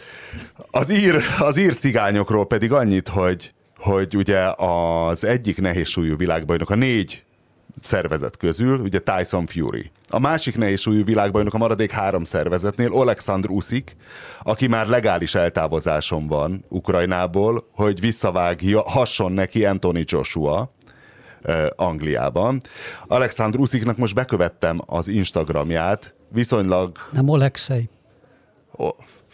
az, ír, az ír cigányokról pedig annyit, hogy, hogy ugye az egyik nehézsúlyú világbajnok, a négy szervezet közül, ugye Tyson Fury. A másik nehézsúlyú világbajnok a maradék három szervezetnél Oleksandr Usyk, aki már legális eltávozáson van Ukrajnából, hogy visszavágja, hasson neki Anthony Joshua eh, Angliában. Oleksandr Usyknak most bekövettem az Instagramját, viszonylag... Nem Alexei. Oh,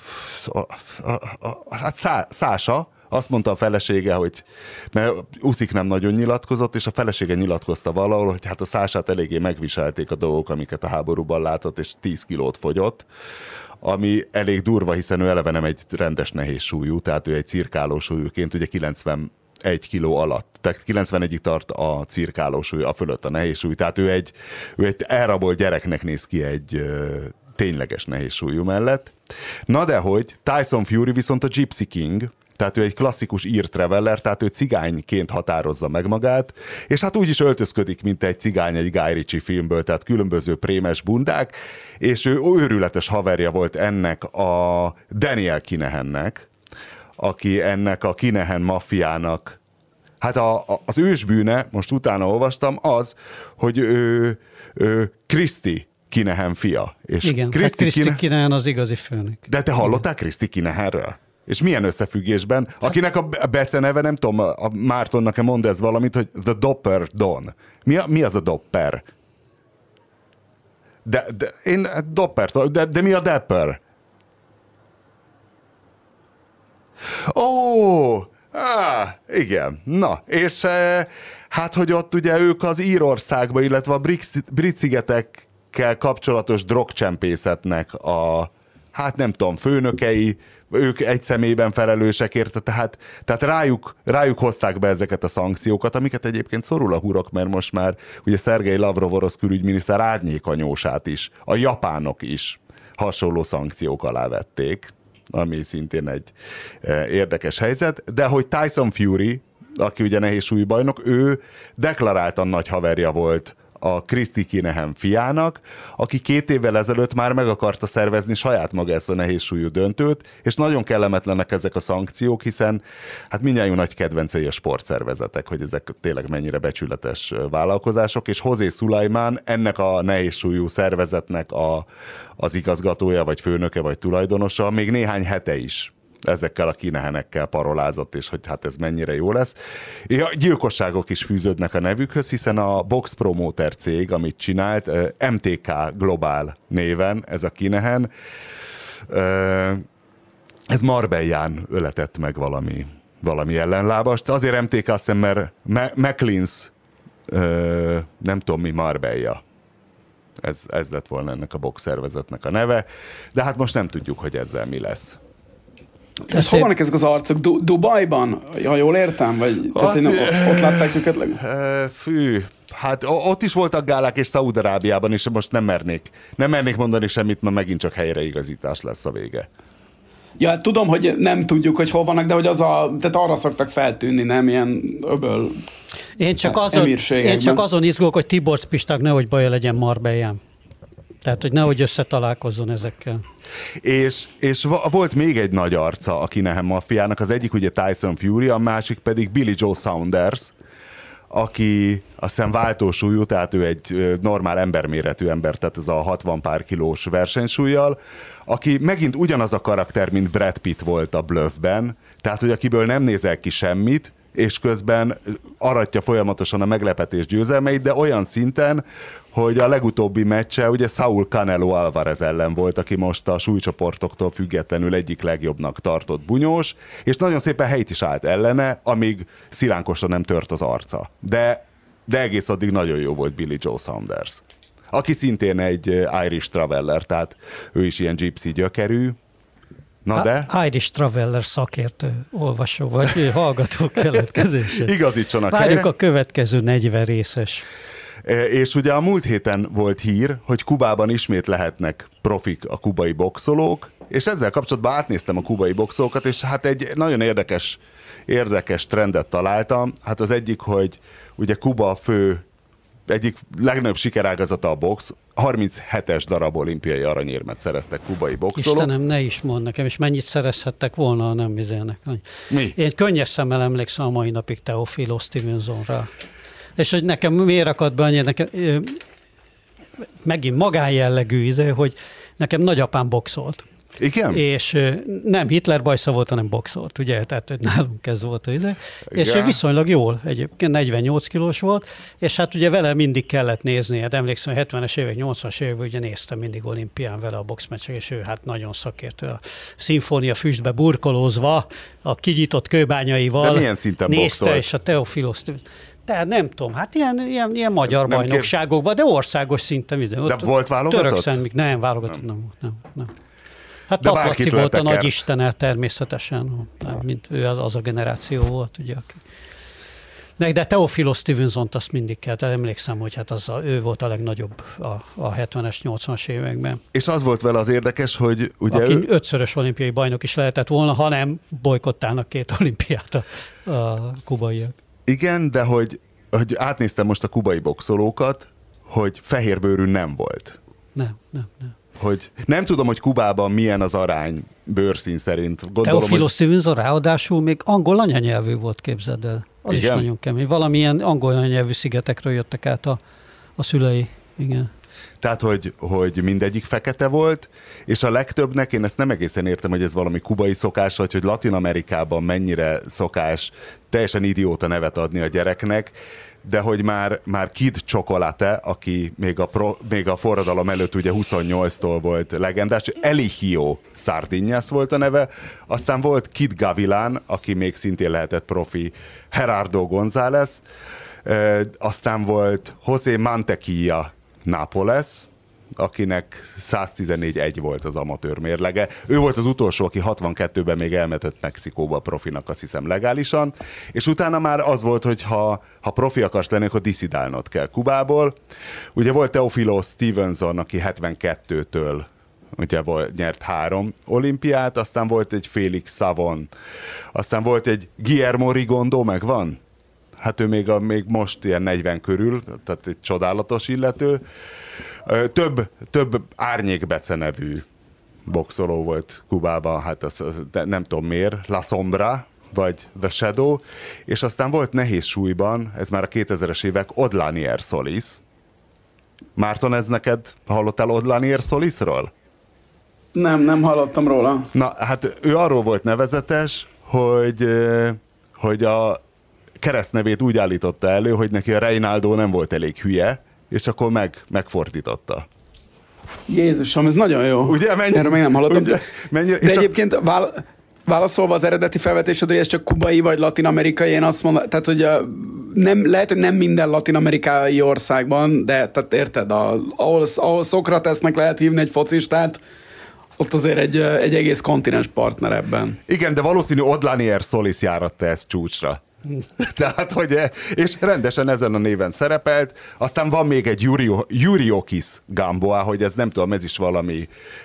hát Szá, Szása, azt mondta a felesége, hogy mert Usyk nem nagyon nyilatkozott, és a felesége nyilatkozta valahol, hogy hát a Szását eléggé megviselték a dolgok, amiket a háborúban látott, és tíz kilót fogyott, ami elég durva, hiszen ő eleve nem egy rendes nehéz súlyú, tehát ő egy cirkáló súlyúként, ugye kilencvenegy kiló alatt, tehát kilencvenegyig tart a cirkáló súly, a fölött a nehéz súly, tehát ő egy, ő egy elrabolt gyereknek néz ki egy ö, tényleges nehéz súlyú mellett. Na de hogy Tyson Fury viszont a Gypsy King, tehát ő egy klasszikus ír traveller, tehát ő cigányként határozza meg magát, és hát úgy is öltözködik, mint egy cigány egy Guy Ritchie filmből, tehát különböző prémes bundák, és ő őrületes haverja volt ennek a Daniel Kinahannek, aki ennek a Kinahan maffiának, hát a, a, az ősbűne, most utána olvastam, az, hogy ő, ő Christy Kinahan fia. És igen, Christy, hát Christy Kinahan... Kinahan az igazi főnök. De te hallottál Christy Kinahanről? És milyen összefüggésben? Akinek a Bece neve, nem tudom, a Mártonnak mond ez valamit, hogy The Dopper Don. Mi, a, mi az a Dopper? De, de én Dopper, de, de mi a Depper? Ó, oh, ah, igen. Na, és hát, hogy ott ugye ők az Írországba, illetve a Brit-szigetekkel kapcsolatos drogcsempészetnek a, hát nem tudom, főnökei, ők egy személyben felelősek érte, tehát, tehát rájuk, rájuk hozták be ezeket a szankciókat, amiket egyébként szorul a hurok, mert most már ugye Szergej Lavrov orosz külügyminiszter árnyékanyósát is, a japánok is hasonló szankciók alá vették, ami szintén egy érdekes helyzet, de hogy Tyson Fury, aki ugye nehéz súlybajnok, ő deklaráltan nagy haverja volt a Christy Kinahan fiának, aki két évvel ezelőtt már meg akarta szervezni saját maga ezt a nehézsúlyú döntőt, és nagyon kellemetlenek ezek a szankciók, hiszen hát mindjárt nagy kedvencei a sportszervezetek, hogy ezek tényleg mennyire becsületes vállalkozások, és José Sulaiman ennek a nehézsúlyú szervezetnek a, az igazgatója, vagy főnöke, vagy tulajdonosa még néhány hete is ezekkel a Kinahanekkel parolázott, és hogy hát ez mennyire jó lesz. Ja, gyilkosságok is fűződnek a nevükhöz, hiszen a Box Promoter cég, amit csinált, em té ká Global néven, ez a Kinahan, ez Marbellán öletett meg valami, valami ellenlábast. Azért em té ká, azt hiszem, mert McLean's, nem tudom mi, Marbella. Ez, ez lett volna ennek a box szervezetnek a neve, de hát most nem tudjuk, hogy ezzel mi lesz. És hol vannak ezek az arcok? Du- Dubajban? Ha jól értem? Vagy tehát én, ott látták őket? Leg... Fű, hát ott is voltak gálák, és Szaúd-Arábiában is, most nem mernék. Nem mernék mondani semmit, mert megint csak helyreigazítás lesz a vége. Ja, tudom, hogy nem tudjuk, hogy hol vannak, de hogy az a, tehát arra szoktak feltűnni, nem ilyen öböl Én csak azon, én csak azon izgulok, hogy Tibor Spisták nehogy baja legyen Marbellán. Tehát, hogy nehogy összetalálkozzon ezekkel. És, és volt még egy nagy arca a Kinahan maffiának, az egyik ugye Tyson Fury, a másik pedig Billy Joe Saunders, aki azt hiszem váltósúlyú, tehát ő egy normál emberméretű ember, tehát ez a hatvan pár kilós versenysúlyjal, aki megint ugyanaz a karakter, mint Brad Pitt volt a Bluffben, tehát hogy akiből nem nézel ki semmit, és közben aratja folyamatosan a meglepetés győzelmeit, de olyan szinten, hogy a legutóbbi meccse ugye Saul Canelo Alvarez ellen volt, aki most a súlycsoportoktól függetlenül egyik legjobbnak tartott bunyós, és nagyon szépen helyt is állt ellene, amíg szilánkosra nem tört az arca. De, de egész addig nagyon jó volt Billy Joe Saunders, aki szintén egy Irish Traveller, tehát ő is ilyen gypsy gyökerű. Na de? Irish Traveller szakértő, olvasó vagy hallgató keletkezését. Igazítsanak Várjuk helyre. a következő negyven részes. És ugye a múlt héten volt hír, hogy Kubában ismét lehetnek profik a kubai boxolók, és ezzel kapcsolatban átnéztem a kubai boxolókat, és hát egy nagyon érdekes, érdekes trendet találtam. Hát az egyik, hogy ugye Kuba a fő, egyik legnagyobb sikerágazata a box, harminchetes darab olimpiai aranyérmet szereztek kubai boxolók. Istenem, ne is mondd nekem, és mennyit szerezhettek volna, ha nem vizélnek. Mi? Én könnyes szemmel emlékszem a mai napig Teofilo Stevensonra. És hogy nekem miért akadt be annyira, nekem, megint magánjellegű, hogy nekem nagyapám boxolt. Igen? És nem Hitler bajsza volt, hanem boxolt, ugye? Tehát nálunk ez volt az ide. És viszonylag jól, egyébként negyvennyolc kilós volt, és hát ugye vele mindig kellett nézni. Hát emlékszem, hogy hetvenes évek, nyolcvanas évek, ugye néztem mindig olimpián vele a boxmeccsek, és ő hát nagyon szakértő. A szimfónia füstbe burkolózva, a kinyitott kőbányaival. De milyen szinten nézte, boxolt? és a Teofilos. Tehát nem tudom, hát ilyen, ilyen, ilyen magyar nem bajnokságokban, de országos szinten. De ott volt válogatott? Törökszentmik, nem, válogatott nem volt, nem, nem. Hát De Patlaci volt a nagy el. istene természetesen, mint ő az, az a generáció volt, ugye. Aki... De Teofilo Stevensont azt mindig kell, tehát emlékszem, hogy hát az a, ő volt a legnagyobb a, a hetvenes, nyolcvanas években. És az volt vele az érdekes, hogy ugye Aki ő... ötszörös olimpiai bajnok is lehetett volna, ha nem bolykottálnak két olimpiát a, a kubaiak. Igen, de hogy, hogy átnéztem most a kubai boxolókat, hogy fehérbőrű nem volt. Nem, nem, nem. Hogy nem tudom, hogy Kubában milyen az arány bőrszín szerint. Gondolom, Teofilo hogy... Stevenson ráadásul még angol anyanyelvű volt, képzeld el. Az igen? is nagyon kemény. Valamilyen angol anyanyelvű szigetekről jöttek át a, a szülei. Igen. Tehát, hogy, hogy mindegyik fekete volt, és a legtöbbnek, én ezt nem egészen értem, hogy ez valami kubai szokás, vagy hogy Latin Amerikában mennyire szokás teljesen idióta nevet adni a gyereknek, de hogy már, már Kid Chocolate, aki még a, pro, még a forradalom előtt ugye huszonnyolctól volt legendás, Eligio Sardinyas volt a neve, aztán volt Kid Gavilán, aki még szintén lehetett profi, Gerardo González, e, aztán volt José Mantequilla Nápoles, akinek száztizennégy egy volt az amatőr mérlege. Ő volt az utolsó, aki hatvankettőben még elmetett Mexikóba a profinak, azt hiszem legálisan, és utána már az volt, hogy ha, ha profi akarsz lenni, akkor diszidálnod kell Kubából. Ugye volt Teofilo Stevenson, aki hetvenkettőtől ugye volt, nyert három olimpiát, aztán volt egy Félix Savon, aztán volt egy Guillermo Rigondo, megvan? hát ő még, a, még most ilyen negyven körül, tehát egy csodálatos illető. Több, több Árnyékbece nevű boxoló volt Kubában, hát az, az, nem tudom miért, La Sombra, vagy The Shadow, és aztán volt nehéz súlyban, ez már a kétezres évek, Odlanier Solis. Márton, ez neked hallottál Odlanier Solisról? Nem, nem hallottam róla. Na, hát ő arról volt nevezetes, hogy, hogy a keresztnevét úgy állította elő, hogy neki a Reinaldo nem volt elég hülye, és akkor meg, megfordította. Jézusom, ez nagyon jó. Ugye, mennyi, Erről még nem hallottam. Ugye, mennyi, de egyébként a... vál, válaszolva az eredeti felvetésedre, hogy ez csak kubai vagy latin-amerikai, én azt mondom, tehát hogy a, nem, lehet, hogy nem minden latin-amerikai országban, de tehát érted, a, ahol, ahol Szokratesznek lehet hívni egy focistát, ott azért egy, egy egész kontinens partner ebben. Igen, de valószínű Odlanier Solis járatta ezt csúcsra. Tehát, hogy, és rendesen ezen a néven szerepelt. Aztán van még egy Yuriokis Gamboa, hogy ez nem tudom, ez is valami,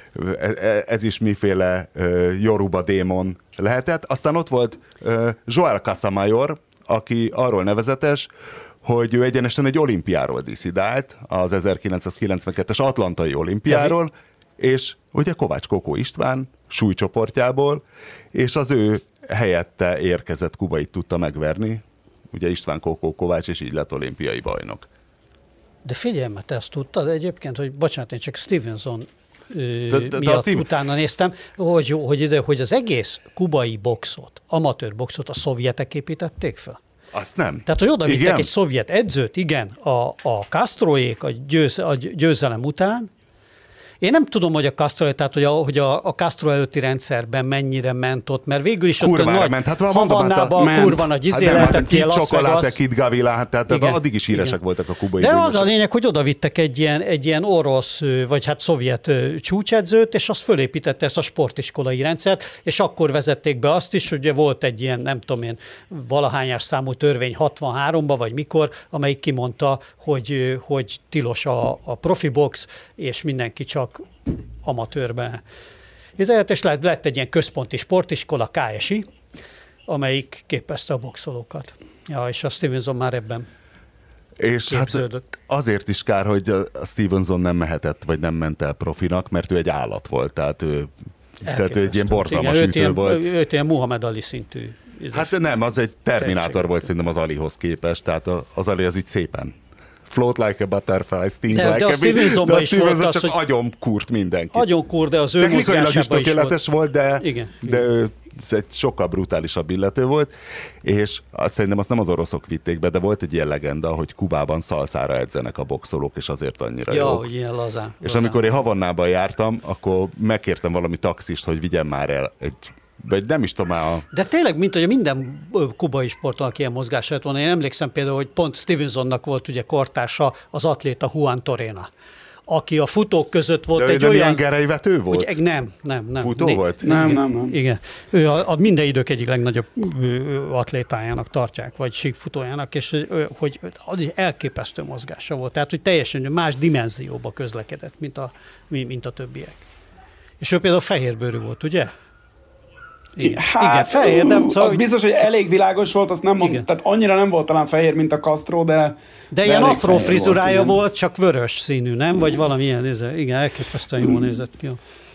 ez is miféle uh, Yoruba démon lehetett. Aztán ott volt uh, Joel Casamayor, aki arról nevezetes, hogy ő egyenesen egy olimpiáról disszidált, az ezerkilencszázkilencvenkettes atlantai olimpiáról, és ugye Kovács Kokó István súlycsoportjából, és az ő helyette érkezett Kubait tudta megverni, ugye István Kokó Kovács, és így lett olimpiai bajnok. De figyelj, mert te azt tudtad egyébként, hogy bocsánat, én csak Stevenson de, de, miatt Steve... utána néztem, hogy, hogy, hogy az egész kubai boxot, amatőr boxot a szovjetek építették fel. Azt nem. Tehát, hogy oda vittek egy szovjet edzőt, igen, a, a Castroék a, győz, a győzelem után. Én nem tudom, hogy a Castro, tehát hogy a, hogy a, a Castro előtti rendszerben mennyire ment ott, mert végül is ott kurvára nagy ment. Hát Havannában a kurva nagy izé hát lehetett ki Las Vegas. Kid Gavila, hát tehát igen, addig is híresek igen. voltak a kubai De bűnösök. az a lényeg, hogy oda vittek egy ilyen, egy ilyen orosz, vagy hát szovjet csúcsedzőt, és az fölépítette ezt a sportiskolai rendszert, és akkor vezették be azt is, hogy volt egy ilyen, nem tudom én, valahányás számú törvény hatvanháromban, vagy mikor, amelyik kimondta, hogy, hogy tilos a, a profi box, és mindenki csak amatőrben. Ezért és lett, lett egy ilyen központi sportiskola, ká es i, amelyik képezte a boxolókat. Ja, és a Stevenson már ebben és képződött. Hát azért is kár, hogy a Stevenson nem mehetett, vagy nem ment el profinak, mert ő egy állat volt, tehát ő, tehát ő egy ilyen borzalmas igen, ütő ilyen, volt. Őt ilyen Muhammad Ali szintű. Hát nem, az egy terminátor volt szerintem az Alihoz képest, tehát az Ali az úgy szépen float like a butterfly, sting de, like de a bee. Stevenson is Stevenson volt csak az, hogy agyon kúrt mindenki. Agyon kúrt, de az ő technikailag is tökéletes volt, volt, de, igen, de igen. ő egy sokkal brutálisabb illető volt, és azt szerintem azt nem az oroszok vitték be, de volt egy ilyen legenda, hogy Kubában szalszára edzenek a boxolók, és azért annyira ja, jók. hogy ilyen lazán. És lazán. amikor én Havannában jártam, akkor megkértem valami taxist, hogy vigyen már el egy vagy nem is tudom már a... De tényleg, mint hogy minden kubai sportolnak ilyen mozgása lett volna. Én emlékszem például, hogy pont Stevensonnak volt ugye kortársa az atléta Juan Torena, aki a futók között volt de egy nem olyan... ilyen gerelyvető volt? Hogy, nem, nem, nem. Futó né, volt? Nem, nem, nem. Igen. Ő a, a minden idők egyik legnagyobb atlétájának tartják, vagy síkfutójának, és hogy az elképesztő mozgása volt. Tehát, hogy teljesen más dimenzióba közlekedett, mint a, mint a többiek. És ő például fehérbőrű volt, ugye? Igen, hát, igen, fehér, de... Szóval, az biztos, hogy elég világos volt, azt nem mond, tehát annyira nem volt talán fehér, mint a Castro, de... De, de ilyen afro frizurája volt, volt, csak vörös színű, nem? Vagy valami ilyen, igen, elképesztően jól nézett ki.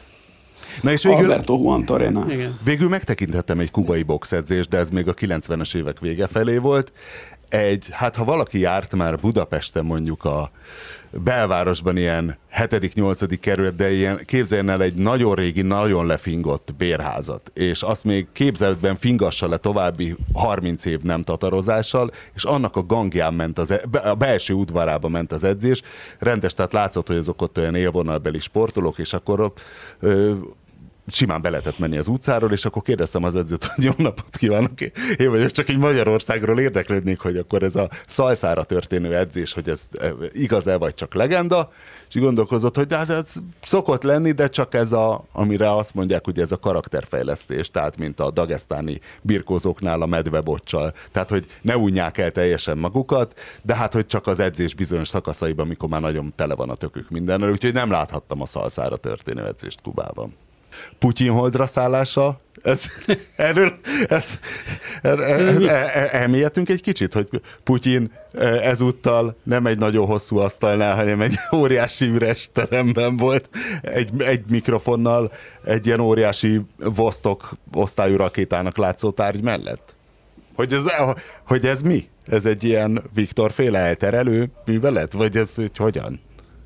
Na és végül, Alberto Juan Torena. Végül megtekinthettem egy kubai boxedzést, de ez még a kilencvenes évek vége felé volt. Egy, hát ha valaki járt már Budapesten mondjuk a belvárosban ilyen hetedik-nyolcadik kerület, de ilyen képzeljen el egy nagyon régi, nagyon lefingott bérházat, és azt még képzeletben fingassa le további harminc év nem tatarozással, és annak a gangján ment az, a belső udvarába ment az edzés, rendes, tehát látszott, hogy azok ott olyan élvonalbeli sportolók, és akkor ö, simán be lehetett menni az utcáról, és akkor kérdeztem az edzőt, hogy jó napot kívánok, én vagyok, csak egy Magyarországról érdeklődnék, hogy akkor ez a szalszára történő edzés, hogy ez igaz-e, vagy csak legenda, és gondolkozott, hogy de hát ez szokott lenni, de csak ez a, amire azt mondják, hogy ez a karakterfejlesztés, tehát mint a dagesztáni birkózóknál a medveboccsal, tehát hogy ne unják el teljesen magukat, de hát hogy csak az edzés bizonyos szakaszaiban, amikor már nagyon tele van a tökük mindennel, úgyhogy nem láthattam a szalszára történő edzést Kubában. Putyin holdra szállása Ez, erről ez, er, er, er, elmélyedtünk egy kicsit, hogy Putyin ezúttal nem egy nagyon hosszú asztalnál, hanem egy óriási üres teremben volt, egy, egy mikrofonnal, egy ilyen óriási Vostok osztályú rakétának látszó tárgy mellett. Hogy ez, hogy ez mi? Ez egy ilyen Viktor-féle elterelő művelet? Vagy ez hogy hogyan?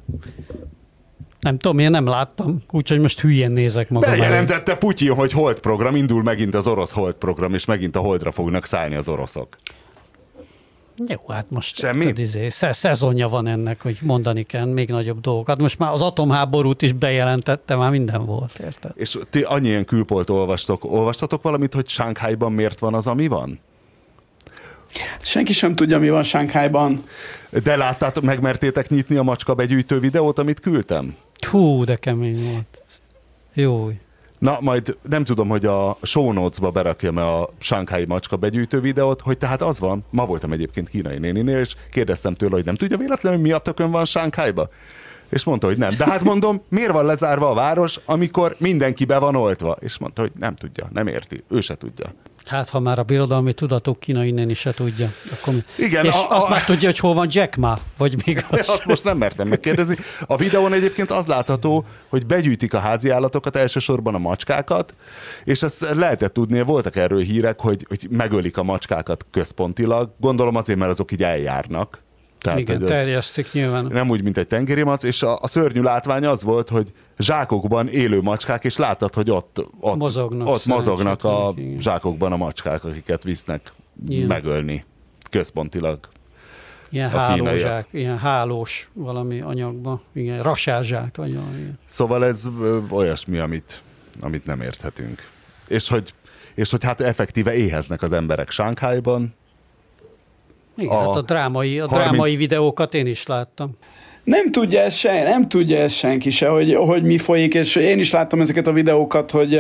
Nem tudom, én nem láttam, úgyhogy most hülyén nézek magam. Bejelentette Putyin, hogy Hold program, indul megint az orosz Hold program, és megint a Holdra fognak szállni az oroszok. Jó, hát most semmi? Izé, szezonja van ennek, hogy mondani kell még nagyobb dolgokat. Most már az atomháborút is bejelentette, már minden volt, érted? És ti annyi ilyen külpolt olvastok. Olvastatok valamit, hogy Sánkhájban miért van az, ami van? Senki sem tudja, mi van Sánkhájban. De láttátok, megmertétek nyitni a macska begyűjtő videót, amit küldtem? Hú, de kemény volt. Jó. Na, majd nem tudom, hogy a show notes-ba berakjam-e a sánghái macska begyűjtő videót, hogy tehát az van, ma voltam egyébként kínai néninél, és kérdeztem tőle, hogy nem tudja véletlenül, mi a tökön van Sánkhájba? És mondta, hogy nem. De hát mondom, miért van lezárva a város, amikor mindenki be van oltva? És mondta, hogy nem tudja, nem érti, ő se tudja. Hát, ha már a birodalmi tudatok kínai néni se tudja. Akkor... Igen, és a, azt a... már tudja, hogy hol van Jack Ma, vagy még az. Azt most nem mertem megkérdezni. A videón egyébként az látható, hogy begyűjtik a házi állatokat, elsősorban a macskákat, és ezt lehetett tudni, voltak erről hírek, hogy, hogy megölik a macskákat központilag. Gondolom azért, mert azok így eljárnak. Tehát, igen, terjesztik nyilván. Nem úgy, mint egy tengeri mac, és a, a szörnyű látvány az volt, hogy zsákokban élő macskák, és láttad, hogy ott, ott mozognak, ott mozognak a igen. zsákokban a macskák, akiket visznek igen. megölni központilag. Ilyen hálózsák, ilyen hálós valami anyagba, igen, rasázsák vagy valami. Szóval ez ö, olyasmi, amit, amit nem érthetünk. És hogy, és hogy hát effektíve éheznek az emberek Sánkhájban. Igen, a, hát a drámai, a drámai harminc... videókat én is láttam. Nem tudja ez se, nem tudja ez senki se, hogy, hogy mi folyik, és én is láttam ezeket a videókat, hogy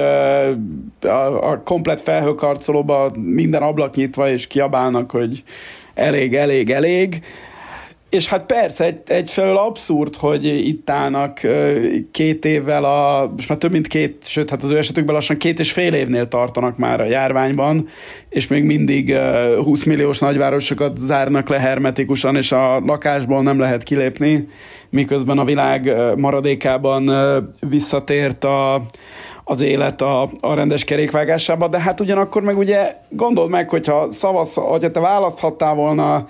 a, a komplet felhőkarcolóban minden ablak nyitva, és kiabálnak, hogy elég, elég, elég. És hát persze, egy, egyfelől abszurd, hogy itt állnak két évvel, a, most már több mint két, sőt, hát az ő esetükben lassan két és fél évnél tartanak már a járványban, és még mindig húsz milliós nagyvárosokat zárnak le hermetikusan, és a lakásból nem lehet kilépni, miközben a világ maradékában visszatért a, az élet a, a rendes kerékvágásába, de hát ugyanakkor meg ugye gondold meg, hogyha szavasz, hogyha te választhattál volna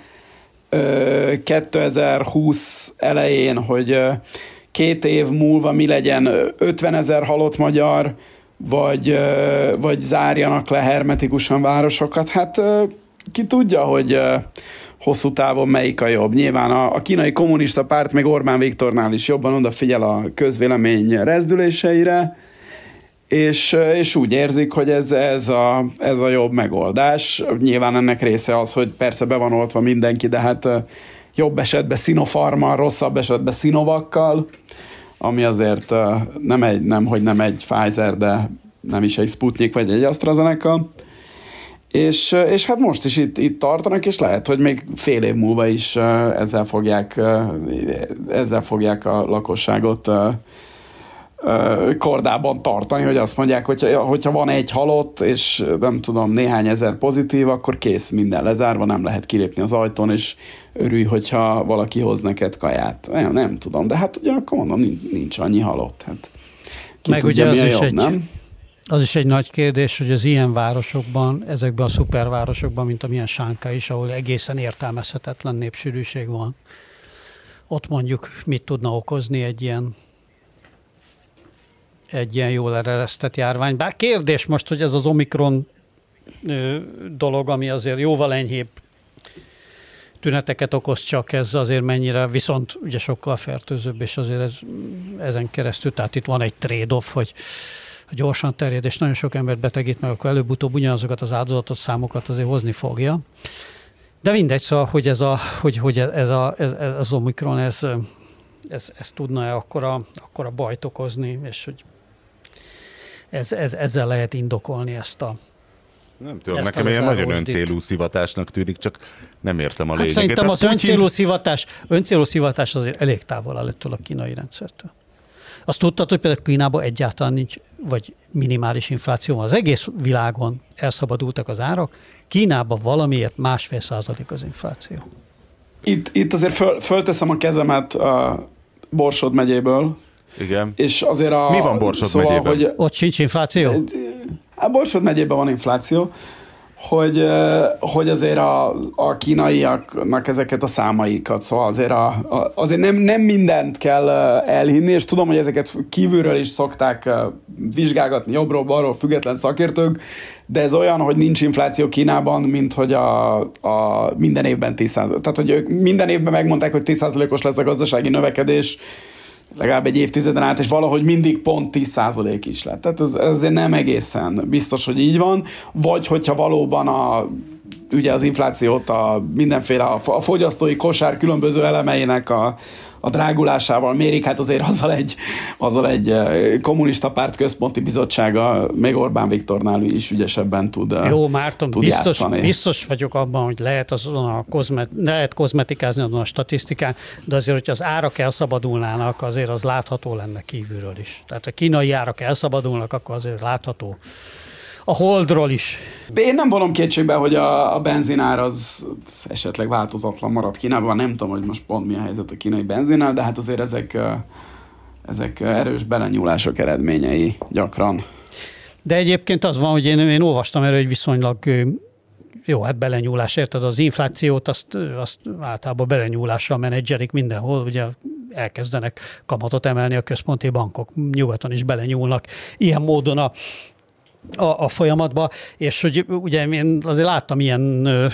kétezer-húsz elején, hogy két év múlva mi legyen, ötvenezer halott magyar, vagy, vagy zárjanak le hermetikusan városokat. Hát ki tudja, hogy hosszú távon melyik a jobb. Nyilván a, a kínai kommunista párt még Orbán Viktornál is jobban odafigyel a közvélemény rezdüléseire, És, és úgy érzik, hogy ez, ez, a, ez a jobb megoldás. Nyilván ennek része az, hogy persze be van oltva mindenki, de hát jobb esetben Sinopharmal, rosszabb esetben Sinovakkal, ami azért nem, egy, nem, hogy nem egy Pfizer, de nem is egy Sputnik, vagy egy AstraZeneca. És, és hát most is itt, itt tartanak, és lehet, hogy még fél év múlva is ezzel fogják, ezzel fogják a lakosságot kordában tartani, hogy azt mondják, hogyha, hogyha van egy halott, és nem tudom, néhány ezer pozitív, akkor kész, minden lezárva, nem lehet kilépni az ajtón, és örülj, hogyha valaki hoz neked kaját. Nem, nem tudom, de hát ugyanakkor mondom, nincs, nincs annyi halott. Hát, ki meg tudja, ugye az mi a is jobb, egy, nem? Az is egy nagy kérdés, hogy az ilyen városokban, ezekben a szupervárosokban, mint amilyen Sánkhái is, ahol egészen értelmezhetetlen népsűrűség van, ott mondjuk mit tudna okozni egy ilyen egy ilyen jól eresztett járvány. Bár kérdés most, hogy ez az Omikron ö, dolog, ami azért jóval enyhébb tüneteket okoz, csak ez azért mennyire, viszont ugye sokkal fertőzőbb, és azért ez, ezen keresztül, tehát itt van egy trade-off, hogy gyorsan terjed, és nagyon sok embert betegít meg, akkor előbb-utóbb ugyanazokat az áldozatos számokat azért hozni fogja. De mindegy, szóval, hogy ez, a, hogy, hogy ez, a, ez, ez az Omikron, ez, ez, ez tudna-e akkora, akkora bajt okozni, és hogy Ez, ez, ezzel lehet indokolni ezt a... Nem tudom, nekem ilyen nagyon öncélú szivatásnak tűnik, csak nem értem a lényeget. Hát szerintem az Putyin... öncélú szivatás, öncélú szivatás azért elég távol áll ettől a kínai rendszertől. Azt tudtad, hogy például Kínában egyáltalán nincs, vagy minimális infláció van. Az egész világon elszabadultak az árak, Kínában valamiért másfél százalék az infláció. Itt, itt azért föl, fölteszem a kezemet a Borsod megyéből. Igen. És azért a, Mi van Borsod szóval, megyében? Hogy, Ott sincs infláció? A Borsod megyében van infláció, hogy, hogy azért a, a kínaiaknak ezeket a számaikat, szóval azért, a, a, azért nem, nem mindent kell elhinni, és tudom, hogy ezeket kívülről is szokták vizsgálgatni jobbról, balról, független szakértők, de ez olyan, hogy nincs infláció Kínában, mint hogy a, a minden évben tíz százalék. Tehát, hogy ők minden évben megmondták, hogy tíz százalékos lesz a gazdasági növekedés, legalább egy évtizeden át, és valahogy mindig pont tíz százalék is lett. Tehát ez, ez nem egészen biztos, hogy így van. Vagy hogyha valóban a, ugye az inflációt a mindenféle a, a fogyasztói kosár különböző elemeinek a, a drágulásával mérik, hát azért azzal egy, azzal egy kommunista párt központi bizottsága, még Orbán Viktornál is ügyesebben tud Jó, Márton, tud biztos, játszani. biztos vagyok abban, hogy lehet, azon a kozmet, lehet kozmetikázni azon a statisztikán, de azért, hogy az árak elszabadulnának, azért az látható lenne kívülről is. Tehát a kínai árak elszabadulnak, akkor azért látható. A holdról is. Én nem vonom kétségbe, hogy a, a benzinár az esetleg változatlan marad Kínában. Nem tudom, hogy most pont mi a helyzet a kínai benzinár, de hát azért ezek, ezek erős belenyúlások eredményei gyakran. De egyébként az van, hogy én, én olvastam erről, hogy viszonylag jó, hát belenyúlás, érted? Az inflációt azt, azt általában belenyúlással menedzserik mindenhol, ugye elkezdenek kamatot emelni a központi bankok, nyugaton is belenyúlnak ilyen módon a A, a folyamatba, és hogy ugye én azért láttam ilyen, ö,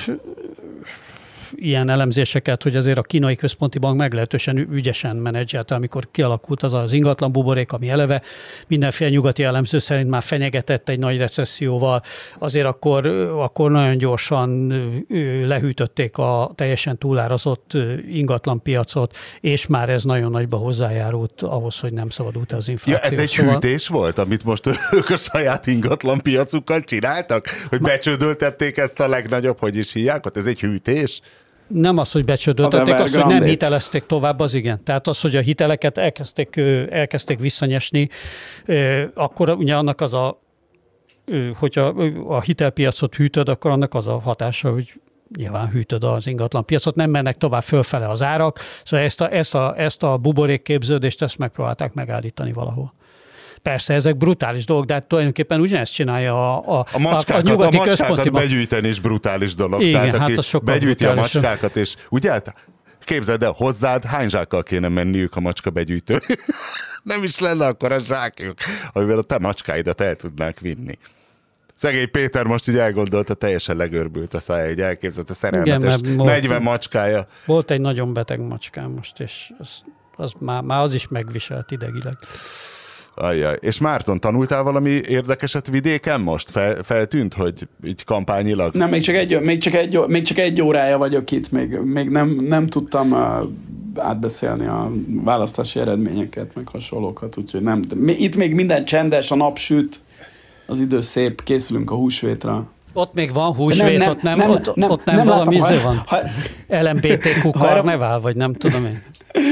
ilyen elemzéseket, hogy azért a kínai központi bank meglehetősen ügyesen menedzselte, amikor kialakult az az ingatlan buborék, ami eleve mindenféle nyugati elemző szerint már fenyegetett egy nagy recesszióval, azért akkor, akkor nagyon gyorsan lehűtötték a teljesen túlárazott ingatlanpiacot, és már ez nagyon nagyba hozzájárult ahhoz, hogy nem szabadult az infláció. Ja, ez egy szóval... hűtés volt, amit most ők a saját ingatlanpiacukkal csináltak? Hogy becsődöltették ezt a legnagyobb, hogy is hívják? Ez egy hűtés? Nem az, hogy becsődöltették, az, hogy nem hitelezték tovább, az igen. Tehát az, hogy a hiteleket elkezdték, elkezdték visszanyesni, akkor ugye annak az a, hogyha a hitelpiacot hűtöd, akkor annak az a hatása, hogy nyilván hűtöd az ingatlanpiacot, nem mennek tovább fölfele az árak, szóval ezt a, ezt a, ezt a buborékképződést, ezt megpróbálták megállítani valahol. Persze, ezek brutális dolgok, de hát tulajdonképpen ugyanezt csinálja a, a, a macskákat, a nyugati a macskákat begyűjteni is brutális dolog. Igen, Tehát aki hát begyűjti a macskákat, és ugye, képzeld el, hozzád hány zsákkal kéne menniük a macska begyűjtő? Nem is lenne akkor a zsákjuk, amivel a te macskáidat el tudnák vinni. Szegény Péter most így elgondolta, teljesen legörbült a szája, hogy elképzelte szerelmetes Igen, negyven macskája. Volt egy nagyon beteg macskám most, és az, az már, már az is megviselt idegileg. Ajjaj. És Márton, tanultál valami érdekeset vidéken most? Fel, feltűnt, hogy így kampányilag? Nem, még csak egy, még csak egy, még csak egy órája vagyok itt, még, még nem, nem tudtam uh, átbeszélni a választási eredményeket, meg hasonlókat, úgyhogy nem. Itt még minden csendes, a nap süt, az idő szép, készülünk a húsvétra. Ott még van húsvét, nem, ott nem, nem, ott, nem, ott nem, nem valami izé van. Ha, el em bé té kú karnevál, vagy nem tudom én.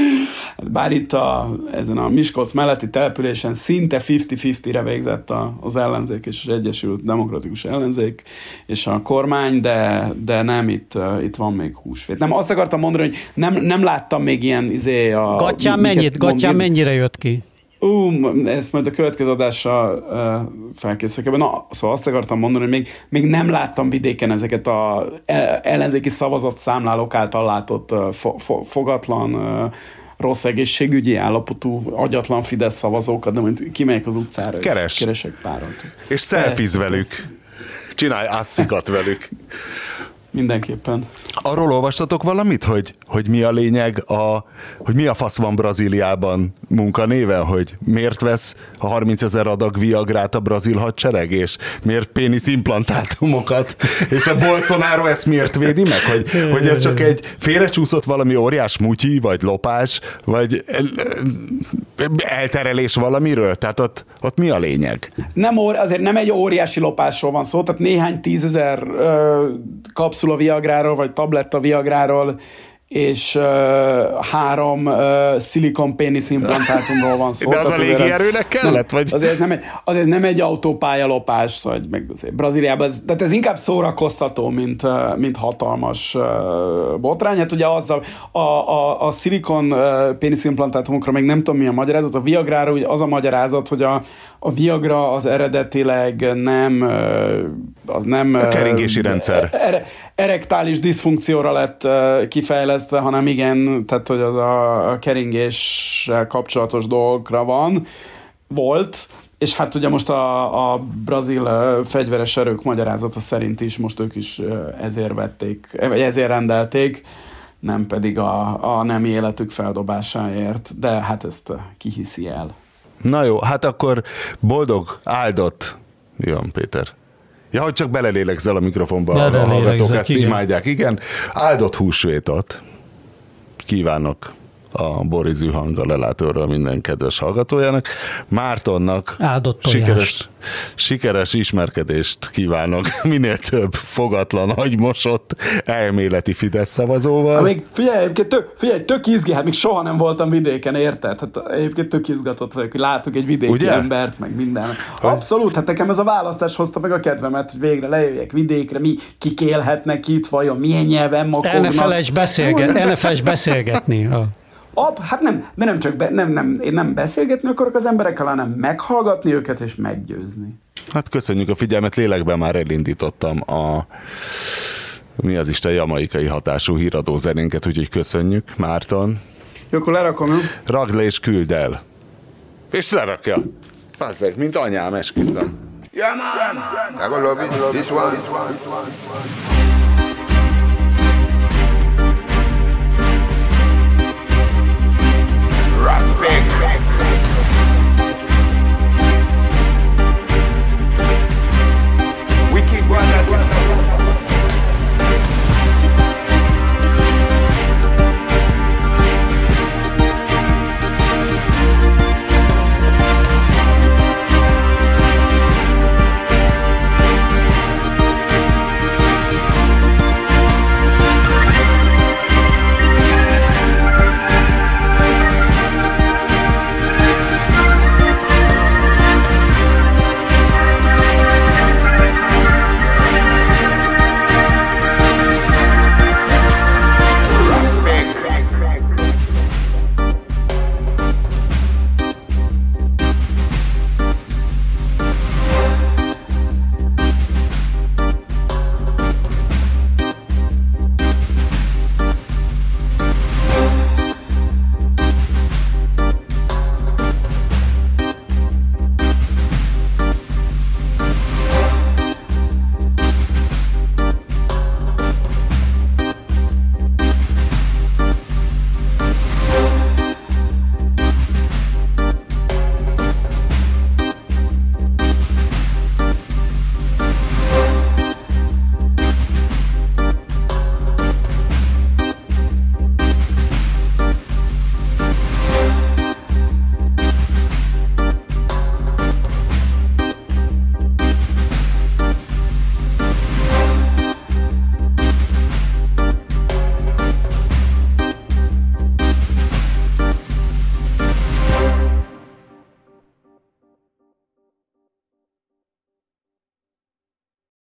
Bár itt a, ezen a Miskolc melletti településen szinte fifty-fifty-re végzett a, az ellenzék és az Egyesült Demokratikus Ellenzék és a kormány, de, de nem, itt, itt van még húsvét. Nem, azt akartam mondani, hogy nem, nem láttam még ilyen izé a... Gattyán, mennyit, Gattyán mennyire jött ki? Ú, ezt majd a következő adással uh, felkészülök. Na, szóval azt akartam mondani, hogy még, még nem láttam vidéken ezeket a ellenzéki szavazat számlálók által látott uh, fo- fo- fogatlan, uh, rossz egészségügyi állapotú, agyatlan Fidesz szavazókat, de majd kimegyek az utcára, Keres. és keresek párat. És szelfiz velük. Csinálj asszikat velük. Mindenképpen. Arról olvastatok valamit, hogy, hogy mi a lényeg, a, hogy mi a fasz van Brazíliában munkanéven, hogy miért vesz a harmincezer adag viagrát a brazil hadsereg, és miért péniszimplantátumokat, és a Bolsonaro ezt miért védi meg, hogy, hogy ez csak egy félrecsúszott valami óriás mutyi, vagy lopás, vagy elterelés valamiről, tehát ott, ott mi a lényeg? Nem, azért nem egy óriási lopásról van szó, tehát néhány tízezer ö, kapszula viagráról, vagy tabletta viagráról és uh, három uh, szilikon pénisz implantátumról van szó. De az a légierőnek kellett? Vagy? Azért ez nem egy, azért nem egy autópályalopás, vagy meg azért Brazíliában, ez, tehát ez inkább szórakoztató, mint, mint hatalmas uh, botrány. Hát ugye az a, a, a, a szilikon uh, pénisz implantátumokra még nem tudom mi a magyarázat, a Viagrára ugye az a magyarázat, hogy a, a Viagra az eredetileg nem uh, az nem a keringési uh, rendszer. Er, erektális diszfunkcióra lett uh, kifejlesztve, hanem igen, tehát hogy az a keringéssel kapcsolatos dolgokra van, volt, és hát ugye most a, a brazil uh, fegyveres erők magyarázata szerint is most ők is uh, ezért vették, vagy ezért rendelték, nem pedig a, a nemi életük feldobásáért, de hát ezt uh, ki hiszi el. Na jó, hát akkor boldog, áldott, Jan Péter. Ja, hogy csak belelélegzel a mikrofonba, a hallgatók ezt igen. imádják. Igen, áldott húsvétot kívánok a Boris Zühanga lelátóról minden kedves hallgatójának. Mártonnak sikeres, sikeres ismerkedést kívánok, minél több fogatlan, agymosott, elméleti Fidesz szavazóval. Hát még figyelj, egyébként tök, figyelj, tök izgi, hát még soha nem voltam vidéken, érted? Hát egyébként tök izgatott vagyok, hogy látok egy vidéki Ugye? embert, meg minden. Abszolút, hát nekem ez a választás hozta meg a kedvemet, hogy végre lejöjjek vidékre, mi kik élhetnek itt, vajon milyen nyelven makognak. El ne felejtsd beszélget, el ne felejtsd beszélgetni. Ab, hát nem, de nem csak be, nem, nem, én nem beszélgetni akarok az emberekkel, hanem meghallgatni őket és meggyőzni. Hát köszönjük a figyelmet, lélekben már elindítottam a mi az Isten jamaikai hatású híradó zenénket, úgyhogy köszönjük, Márton. Jó, akkor lerakom, jó? Ragd le és küld el. És lerakja. Fázzeg, mint anyám, esküszöm. Yeah, man! I gonna love it, this one. This one. Respect.